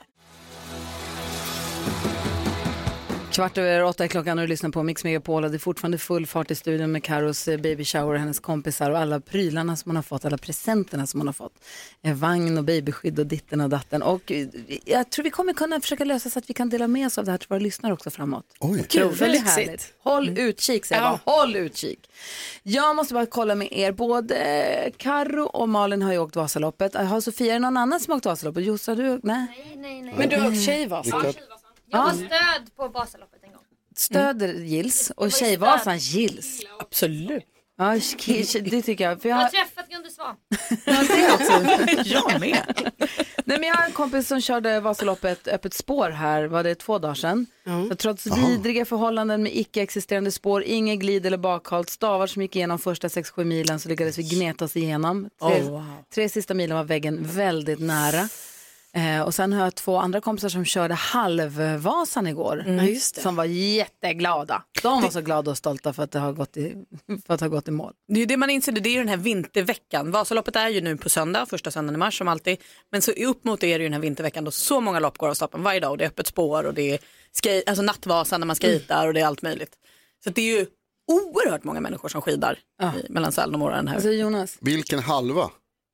7:15 är klockan och du lyssnar på Mix Megapol. Det är fortfarande full fart i studion med Karos baby shower och hennes kompisar och alla prylarna som man har fått, alla presenterna som man har fått. Vagn och babyskydd och ditten och datten. Och jag tror vi kommer kunna försöka lösa så att vi kan dela med oss av det här till våra lyssnare också framåt. Oj. Kul, väldigt härligt. Håll utkik, säger jag bara. Håll utkik. Jag måste bara kolla med er. Både Karo och Malin har ju åkt Vasaloppet. Har Sofia någon annan som åkt Vasaloppet? Jossa, du? Nej. Men du har åkt Tjejvasan. Jag har stöd på Vasaloppet en gång. Stöder gills och Tjejvasan gills. Absolut. Ja, det tycker jag. För jag har träffat Gunde Svan. Ja, det också. Jag med. Nej, men jag har en kompis som körde Vasaloppet öppet spår här, var det 2 dagar sedan. Så trots vidriga förhållanden med icke-existerande spår, ingen glid eller bakhalt, stavar som gick igenom första 6-7 milen, så lyckades vi gneta oss igenom. 3 sista milen var väggen väldigt nära. Och sen har jag 2 andra kompisar som körde halvvasan igår. Just det. Som var jätteglada. De var så glada och stolta för att det har gått i mål. Det är ju det man inser, det är ju den här vinterveckan. Vasaloppet är ju nu på söndag, första söndagen i mars som alltid. Men så upp mot det är det ju den här vinterveckan då så många lopp går av stapeln varje dag. Och det är öppet spår och det är alltså nattvasan när man skejtar och det är allt möjligt. Så det är ju oerhört många människor som skidar mellan Sälen och Mora den här. Alltså Jonas. Vilken halva?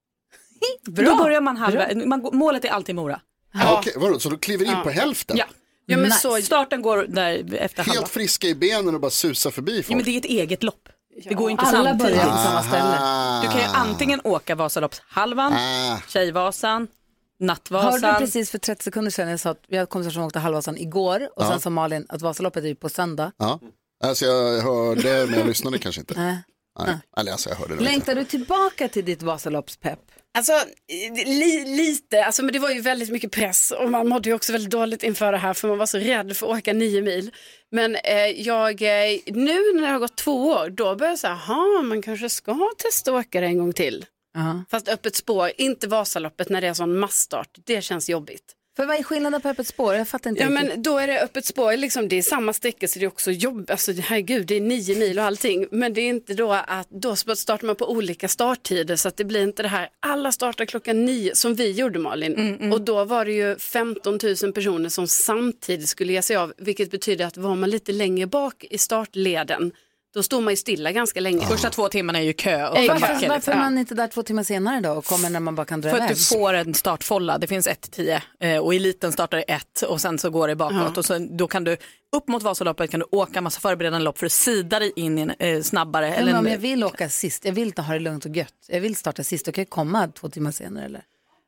Då börjar man halva. Målet är alltid Mora. Okej, vadå? Så du kliver in på hälften? Ja. Ja, men så starten går där efter halva. Helt friska i benen och bara susa förbi folk. Ja, men det är ett eget lopp. Det går ju inte alla samtidigt. börjar på samma ställe. Du kan ju antingen åka Vasaloppshalvan, Tjejvasan, Nattvasan. Hörde du precis för 30 sekunder sedan jag sa att vi hade kompisar som åkte halvvasan igår och sen sa Malin att Vasaloppet är ju på söndag. Ja, alltså jag hörde men jag lyssnade kanske inte. Nej. Alltså jag hörde det. Längtar du tillbaka till ditt Vasaloppspepp? Alltså lite, alltså, men det var ju väldigt mycket press och man mådde ju också väldigt dåligt inför det här för man var så rädd för att åka 9 mil. Men nu när det har gått 2 år, då börjar jag säga, man kanske ska testa att åka det en gång till. Fast öppet spår, inte Vasaloppet när det är sån massstart, det känns jobbigt. För vad är skillnaden på öppet spår? Jag fattar inte riktigt. Men då är det öppet spår, liksom, det är samma sträcka så det är också jobb. Alltså herregud, det är 9 mil och allting. Men det är inte då att då startar man på olika starttider så att det blir inte det här. Alla startar klockan 9 som vi gjorde Malin. Och då var det ju 15 000 personer som samtidigt skulle ge sig av. Vilket betyder att var man lite längre bak i startleden, då står man ju stilla ganska länge. Första 2 timmarna är ju kö. Varför är man inte där 2 timmar senare då och kommer när man bara kan dra iväg? För att du får en startfolla. Det finns 1-10 och eliten startar 1 och sen så går det bakåt. Och så, då kan du upp mot Vasaloppet kan du åka massa förberedande lopp för att sida dig in i snabbare. Eller om jag vill åka sist, jag vill inte ha det lugnt och gött. Jag vill starta sist, då kan jag komma 2 timmar senare eller?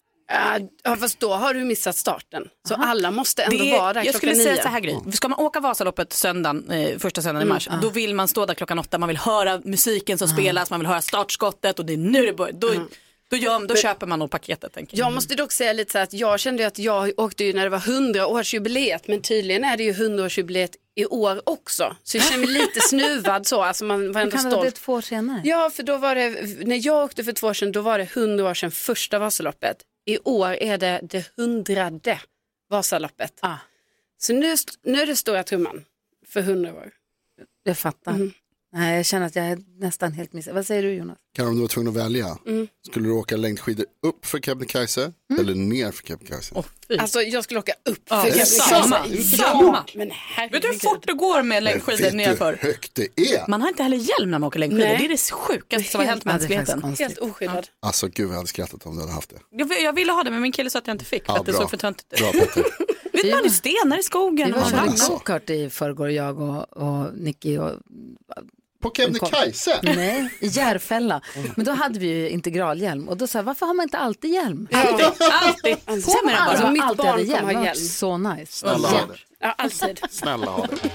Ja, fast då har du missat starten. Så alla måste ändå vara där jag skulle 9. säga så här grej. Ska man åka Vasaloppet söndagen, första söndagen i mars, då vill man stå där klockan 8. Man vill höra musiken som spelas, man vill höra startskottet och det är nu det börjar. Då köper man nog paketet. Jag måste dock säga lite så att jag kände att jag åkte ju när det var 100-årsjubileet, men tydligen är det ju 100-årsjubileet i år också. Så jag känner mig lite snuvad så. Alltså man var ändå stolt. Det 2 år senare? Ja, för då var det, när jag åkte för 2 år sedan, då var det 100 år sedan första Vasaloppet. I år är det 100:e Vasaloppet. Så nu är det stora trumman för 100 år. Jag fattar. Nej, jag känner att jag är nästan helt missad. Vad säger du Jonas? Kan om du var tvungen att välja, skulle du åka längdskidor upp för Kebnekaise eller ner för Kebnekaise? Alltså jag skulle åka upp för Kebnekaise. Samma. Men vet du hur fort det går med längdskidor nerför? Vet du hur högt det är? Man har inte heller hjälm när man åker längdskidor. Det är det sjukaste som har hänt mänskligheten. Helt oskyddad. Alltså gud, jag hade skrattat om du hade haft det. Jag ville ha det, men min kille sa att jag inte fick. För att det såg för töntigt. Bra Petter. Vet man, det är stenar i skogen. Vi var körde go-kart i förrgår, jag och Nicky och... På Kebnekaise? Nej, i Järfälla. Men då hade vi ju integralhjälm. Och då sa jag, varför har man inte alltid hjälm? Alltid. Får man alltså, mitt alltid barn hade hjälm. kommer ha hjälm. Så nice. Snälla ha det. Ja, alltid. Snälla ha det.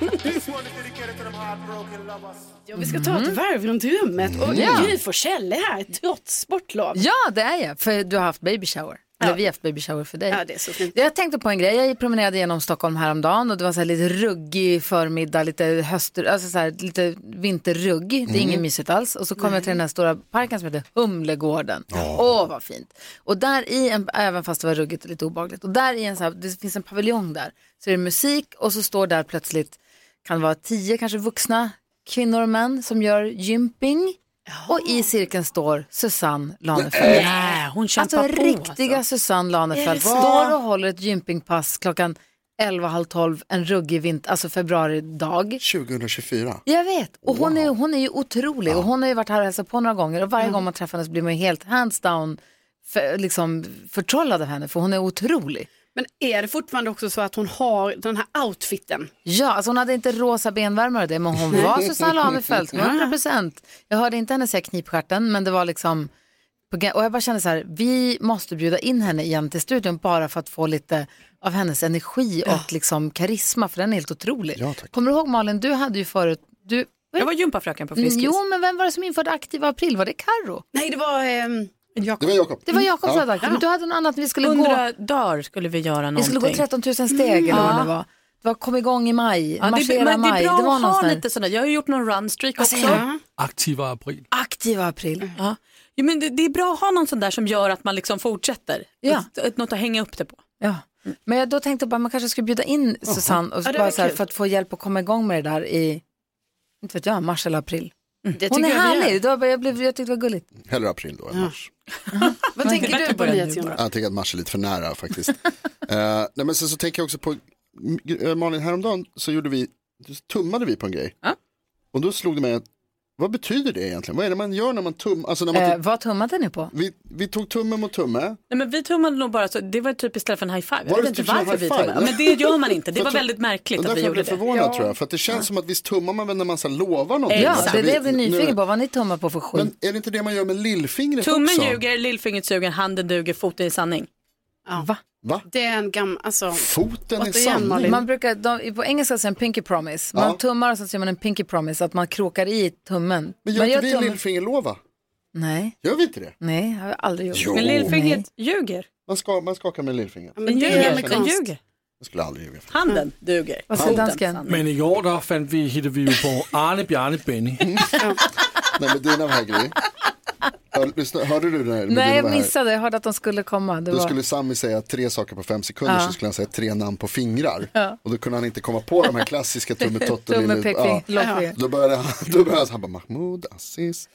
Ja, vi ska ta ett varv runt rummet. Och Gry Forssell är här trots sportlov. Ja, det är jag. För du har haft baby shower. Eller vi har haft baby shower för dig. Ja, det är så fint. Jag tänkte på en grej. Jag promenerade genom Stockholm häromdagen och det var så här lite ruggig förmiddag, lite höst, alltså så här, lite vinterrugg. Det är ingen mysigt alls. Och så kom jag till den här stora parken som heter Humlegården. Vad fint. Och där i även fast det var ruggigt och lite obehagligt. Och där i en så här, det finns en paviljong där. Så är det musik och så står där plötsligt, kan vara 10 kanske vuxna kvinnor och män som gör gymping. Och i cirkeln står Susanne Lanefeld. Hon kämpar alltså på. Riktiga Susanne Lanefeld står och håller ett gympingpass klockan 11:30 en ruggig alltså februaridag. 2024. Jag vet. Och hon är ju otrolig. Och hon har ju varit här och hälsat på några gånger. Och varje gång man träffar henne så blir man ju helt hands down liksom förtrollad av henne. För hon är otrolig. Men är det fortfarande också så att hon har den här outfiten? Ja, alltså hon hade inte rosa benvärmare det, men hon var Susanne Lanefeld 100%. Jag hörde inte henne säga knipstjärten, men det var liksom och jag bara kände så här, vi måste bjuda in henne igen till studion bara för att få lite av hennes energi och liksom karisma, för den är helt otrolig. Ja, kommer du ihåg Malin, du hade ju förut jag var gympafröken på Friskis. Jo, men vem var det som införde aktiva april? Var det Karo? Nej, det var Jakob. Det var Jakob som hade men du hade något annat. Vi skulle 100 dagar skulle vi göra någonting. Vi skulle gå 13 000 steg eller vad det var. Det var kom igång i maj, marschera i maj. Det är bra att ha lite sådär. Jag har gjort någon runstreak också. Aktiva april. Aktiva april. Ja, men det är bra att ha någon sån där som gör att man liksom fortsätter. Något att hänga upp det på. Ja, men då tänkte bara man kanske skulle bjuda in Susanne och bara så här, för att få hjälp att komma igång med det där i, inte vet jag, mars eller april. Hon är härlig, jag tyckte det var gulligt. Hellre april då än mars. Vad tänker du på det? Jag tänker att mars är lite för nära faktiskt. Nej, men sen så tänker jag också på Malin, häromdagen så tummade vi på en grej. Och då slog det mig att vad betyder det egentligen? Vad är det man gör när man tummar? Alltså vad tummade ni på? Vi tog tumme mot tumme. Nej, men vi tummade nog bara så, det var typ istället för en high five. Jag Var vet det inte typ varför vi tummade. Men det gör man inte. Det var väldigt märkligt att vi gjorde det. Jag blev förvånad tror jag. För att det känns som att visst tummar man väl när man så lovar någonting. Ja, det är det jag blir nyfiken på. Vad ni tummar på för skit. Men är det inte det man gör med lillfingret Tummen också? ljuger, lillfingret suger, handen duger, foten är sanning. Ja. Va? Det är en gammal, alltså... Foten är sanning. Man brukar, på engelska säger en pinky promise. Man tummar och så säger man en pinky promise, att man krokar i tummen. Men gör inte vi lillfingerlova? Nej. Gör vi inte det? Nej, har jag aldrig gjort. Jo. Men lillfingret ljuger. Man skakar med lillfingret. Men ljuger. Jag skulle aldrig ljuga. Handen duger. Vad säger dansken? Men igår där hittade vi ju på Arne, Bjarne, Benny. Nej, men dina här grejer. Hörde du det här? Nej, jag missade. Jag hörde att de skulle komma. Då skulle Sammy säga 3 saker på 5 sekunder, så skulle han säga 3 namn på fingrar. Och då kunde han inte komma på de här klassiska tummetott. Då började han bara Mahmoud, Aziz.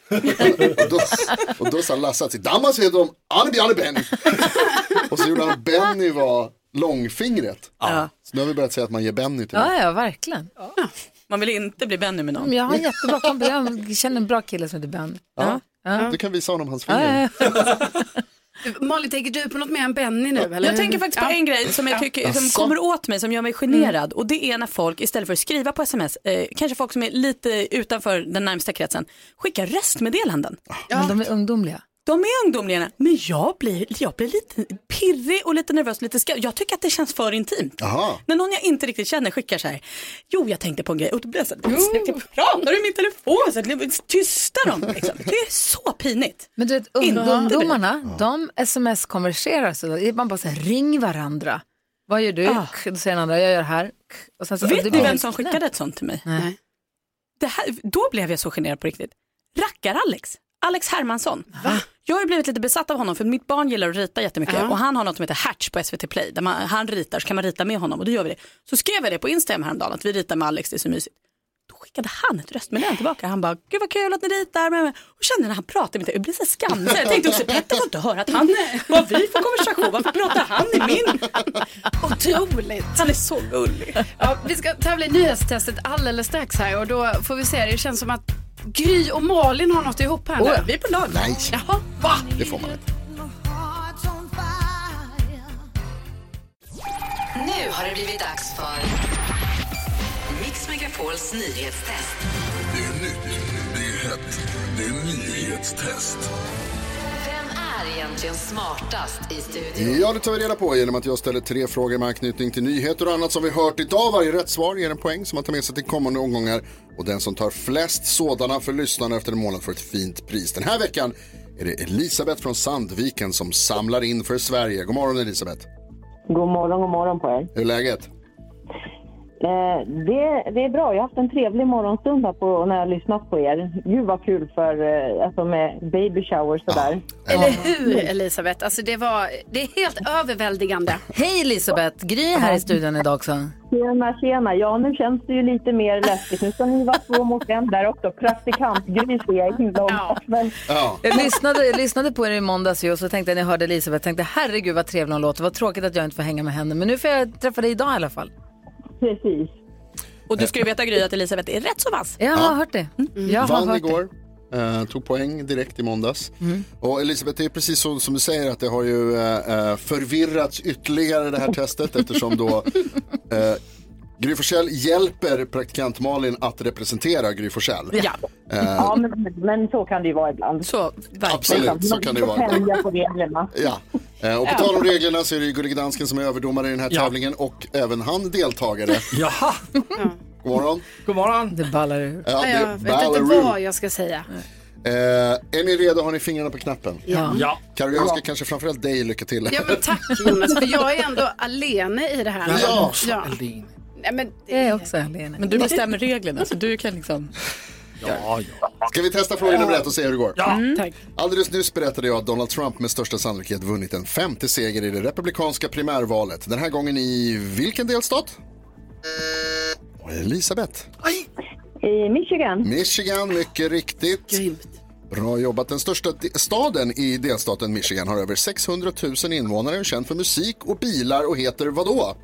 och då sa Lasse att Dammas heter de Arne, Bjarne, Benny. Och så gjorde han Benny var långfingret. Så nu har vi börjat säga att man ger Benny till Ja, verkligen. Man vill inte bli Benny med någon. Jag har en jättebra kompis. Jag känner en bra kille som heter Benny. Du kan visa honom hans finger. Malin, tänker du på något mer än Benny nu? Eller? Jag tänker faktiskt på en grej som jag tycker som kommer åt mig, som gör mig generad. Och det är när folk istället för att skriva på sms, kanske folk som är lite utanför den närmsta kretsen, skickar röstmeddelanden. Men de är ungdomliga. De är ungdomliga, men jag blir lite pirrig och lite nervös, jag tycker att det känns för intimt. Aha. När någon jag inte riktigt känner skickar så här, jag tänkte på en grej, och då blir jag så här, pratar du i min telefon? Så tysta dem, liksom. Det är så pinigt. Men du vet, ungdomarna, de sms-konverserar så man bara så här, ring varandra. Vad gör du? Då säger den andra, jag gör här. Och sen så, vet ni vem som skickade ett sånt till mig? Nej. Då blev jag så generad på riktigt. Alex Hermansson. Va? Jag har ju blivit lite besatt av honom, för mitt barn gillar att rita jättemycket. Och han har något som heter Hatch på SVT Play, där han ritar, så kan man rita med honom, och då gör vi det. Så skrev jag det på Instagram häromdagen, att vi ritar med Alex, det är så mysigt. Då skickade han ett röstmeddelande tillbaka. Han bara, gud vad kul att ni ritar med mig. Och kände när han pratade med mig, jag blev så skamsen. Jag tänkte också, Petter får inte höra att han var vi för konversation. Varför pratar han i min? Otroligt. Han är så gullig. Ja, vi ska tävla i nyhetstestet alldeles strax här, och då får vi se, det känns som att Gry och Malin har något ihop här nu. Vi är på lag. Nej. Jaha, va? Det får man inte. Nu har det blivit dags för Mix Megapols nyhetstest. Det är nytt, det är hett, det är nyhetstest. Vem är egentligen smartast i studion? Ja, det tar vi reda på genom att jag ställer 3 frågor med anknytning till nyheter och annat som vi hört idag. Varje rätt svar ger en poäng som man tar med sig till kommande omgångar. Och den som tar flest sådana för lyssnarna efter en månad får ett fint pris. Den här veckan är det Elisabeth från Sandviken som samlar in för Sverige. God morgon Elisabeth. God morgon på er. Hur är läget? Det är bra. Jag har haft en trevlig morgonstund här när jag har lyssnat på er. Gud vad kul alltså med baby shower sådär. Eller hur, Elisabeth? Alltså det är helt överväldigande. Hej Elisabeth, Gry här i studion idag också. Tjena. Ja, nu känns det ju lite mer läskigt. Nu ska ni vara 2 mot 1 där också. Praktikant Gry ser jag inte om. Men... Jag lyssnade på er i måndags och så tänkte jag när jag hörde Elisabeth, tänkte herregud vad trevlig hon låter. Vad tråkigt att jag inte får hänga med henne. Men nu får jag träffa dig idag i alla fall. Precis. Och du ska ju veta Gry att Elisabeth är rätt så vass. Jag har hört det. Vann igår. Tog poäng direkt i måndags. Och Elisabeth, det är precis så som du säger att det har ju förvirrats ytterligare det här testet eftersom då Gry Forssell hjälper praktikant Malin att representera Gry Forssell. Ja, men så kan det ju vara ibland. Absolut, så kan det ju vara. På reglerna. Ja. Och på tal om reglerna så är det ju Gullige Dansken som är överdomare i den här tävlingen och även han deltagare. Jaha. God morgon. God morgon. Det ballar ur. Ja, jag vet inte vad jag ska säga. Är ni redo? Har ni fingrarna på knappen? Ja. Karo, jag ska kanske framförallt dig lycka till. Ja, men tack Jonas, för jag är ändå alene i det här. Ja. Nej, men jag är också alene. Men du bestämmer reglerna så du kan liksom... Ja. Ska vi testa fråga nummer 1 och se hur det går? Ja. Tack. Alldeles nyss berättade jag att Donald Trump med största sannolikhet vunnit en 50 seger i det republikanska primärvalet. Den här gången i vilken delstat? Elisabeth. I Michigan. Michigan, mycket riktigt. Grymt. Bra jobbat. Den största staden i delstaten Michigan har över 600 000 invånare, är känd för musik och bilar och heter vadå?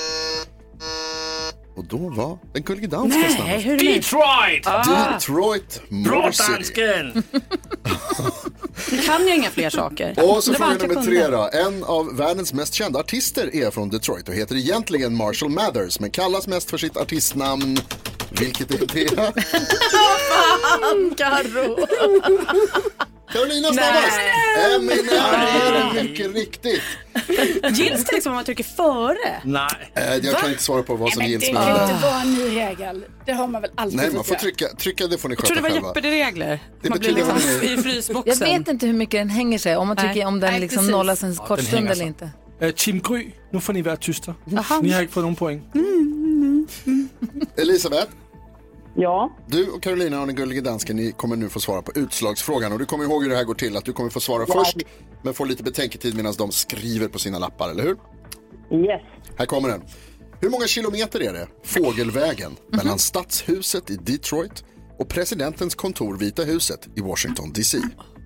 Och då var den gullige danska snabbast. Detroit! Detroit, Bra Motor City. dansken! Du kan ju inga fler saker. Och så Det var fråga allt jag nummer kunde. 3 då. En av världens mest kända artister är från Detroit och heter egentligen Marshall Mathers, men kallas mest för sitt artistnamn. Vilket är det? Fan, Karo. Carolina snabbast. Eminem, mycket riktigt. Gills det liksom om man trycker före? Nej. Jag kan inte svara på vad som gills. Det kan ju inte vara en ny regel. Det har man väl alltid Nej, man får fått trycka, det får ni Jag tror sköta det var själva. Jeopardy-regler. Det Man blir betyder liksom vad det är. i frysboxen. Jag vet inte hur mycket den hänger sig, om man tycker om den Nej, liksom precis. nollas en kort den stund hänger eller sig. inte. Team Gry, nu får ni vara tysta. Ni har inte fått någon poäng. Elisabeth, Ja. du och Carolina och den gullige dansken, ni kommer nu få svara på utslagsfrågan. Och du kommer ihåg hur det här går till, att du kommer få svara först, men får lite betänketid medan de skriver på sina lappar, eller hur? Yes. Här kommer den. Hur många kilometer är det fågelvägen mellan stadshuset i Detroit och presidentens kontor Vita huset i Washington DC?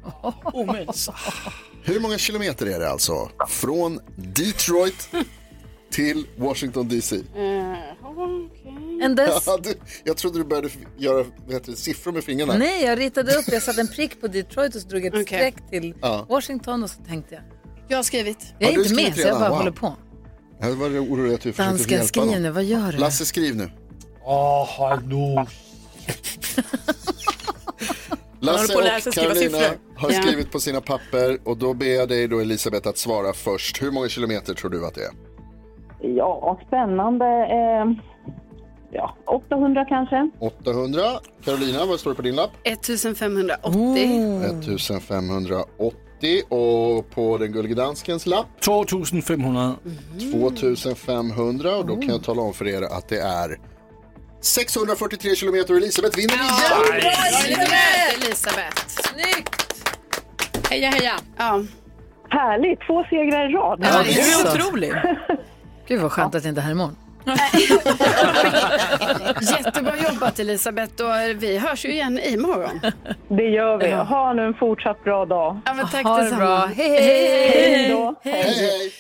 Hur många kilometer är det alltså från Detroit till Washington DC? En dess. Jag trodde du började göra siffror med fingrarna. Nej, jag ritade upp, jag satte en prick på Detroit och så drog ett streck till Washington och så tänkte jag. Jag har skrivit. Jag är Har du inte med, skrivit så jag bara redan? håller på. Jag var orolig att du försökte Danska, hjälpa skriv någon. nu, vad gör du? Lasse, skriv nu. Håll nu. Lasse på att lära sig och skriva Carolina siffror. har skrivit på sina papper och då ber jag dig då, Elisabeth, att svara först. Hur många kilometer tror du att det är? Ja, spännande. 800 kanske. 800. Carolina, vad står det på din lapp? 1580. 1580 och på den gullige danskens lapp 2500. 2500 och då kan jag tala om för er att det är 643 kilometer. Elisabeth vinner igen! Elisabeth. Snyggt! Heja, heja. Ja. Härligt, 2 segrar i rad. Ja, Du är otrolig. Gud vad skönt att det inte är här imorgon. Jättebra jobbat, Elisabeth, och vi hörs ju igen imorgon. Det gör vi. Ha nu en fortsatt bra dag. Ja, men tack Ha det detsamma. bra. Hej, hej! Hej då. Hej!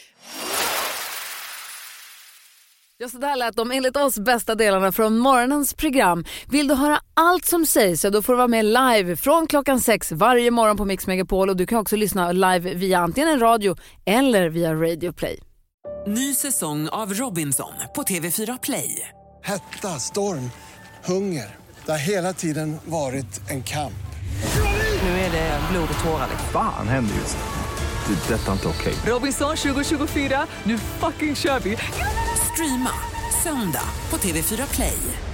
Ja, så där lät de enligt oss bästa delarna från morgonens program. Vill du höra allt som sägs, så då får du vara med live från klockan 6 varje morgon på Mix Megapol. Och du kan också lyssna live via antingen en radio eller via Radio Play. Ny säsong av Robinson på TV4 Play. Hetta, storm, hunger. Det har hela tiden varit en kamp. Nu är det blod och tårar. Fan händer just det. Det är detta inte okej. Robinson 2024, nu fucking kör vi. Streama söndag på TV4 Play.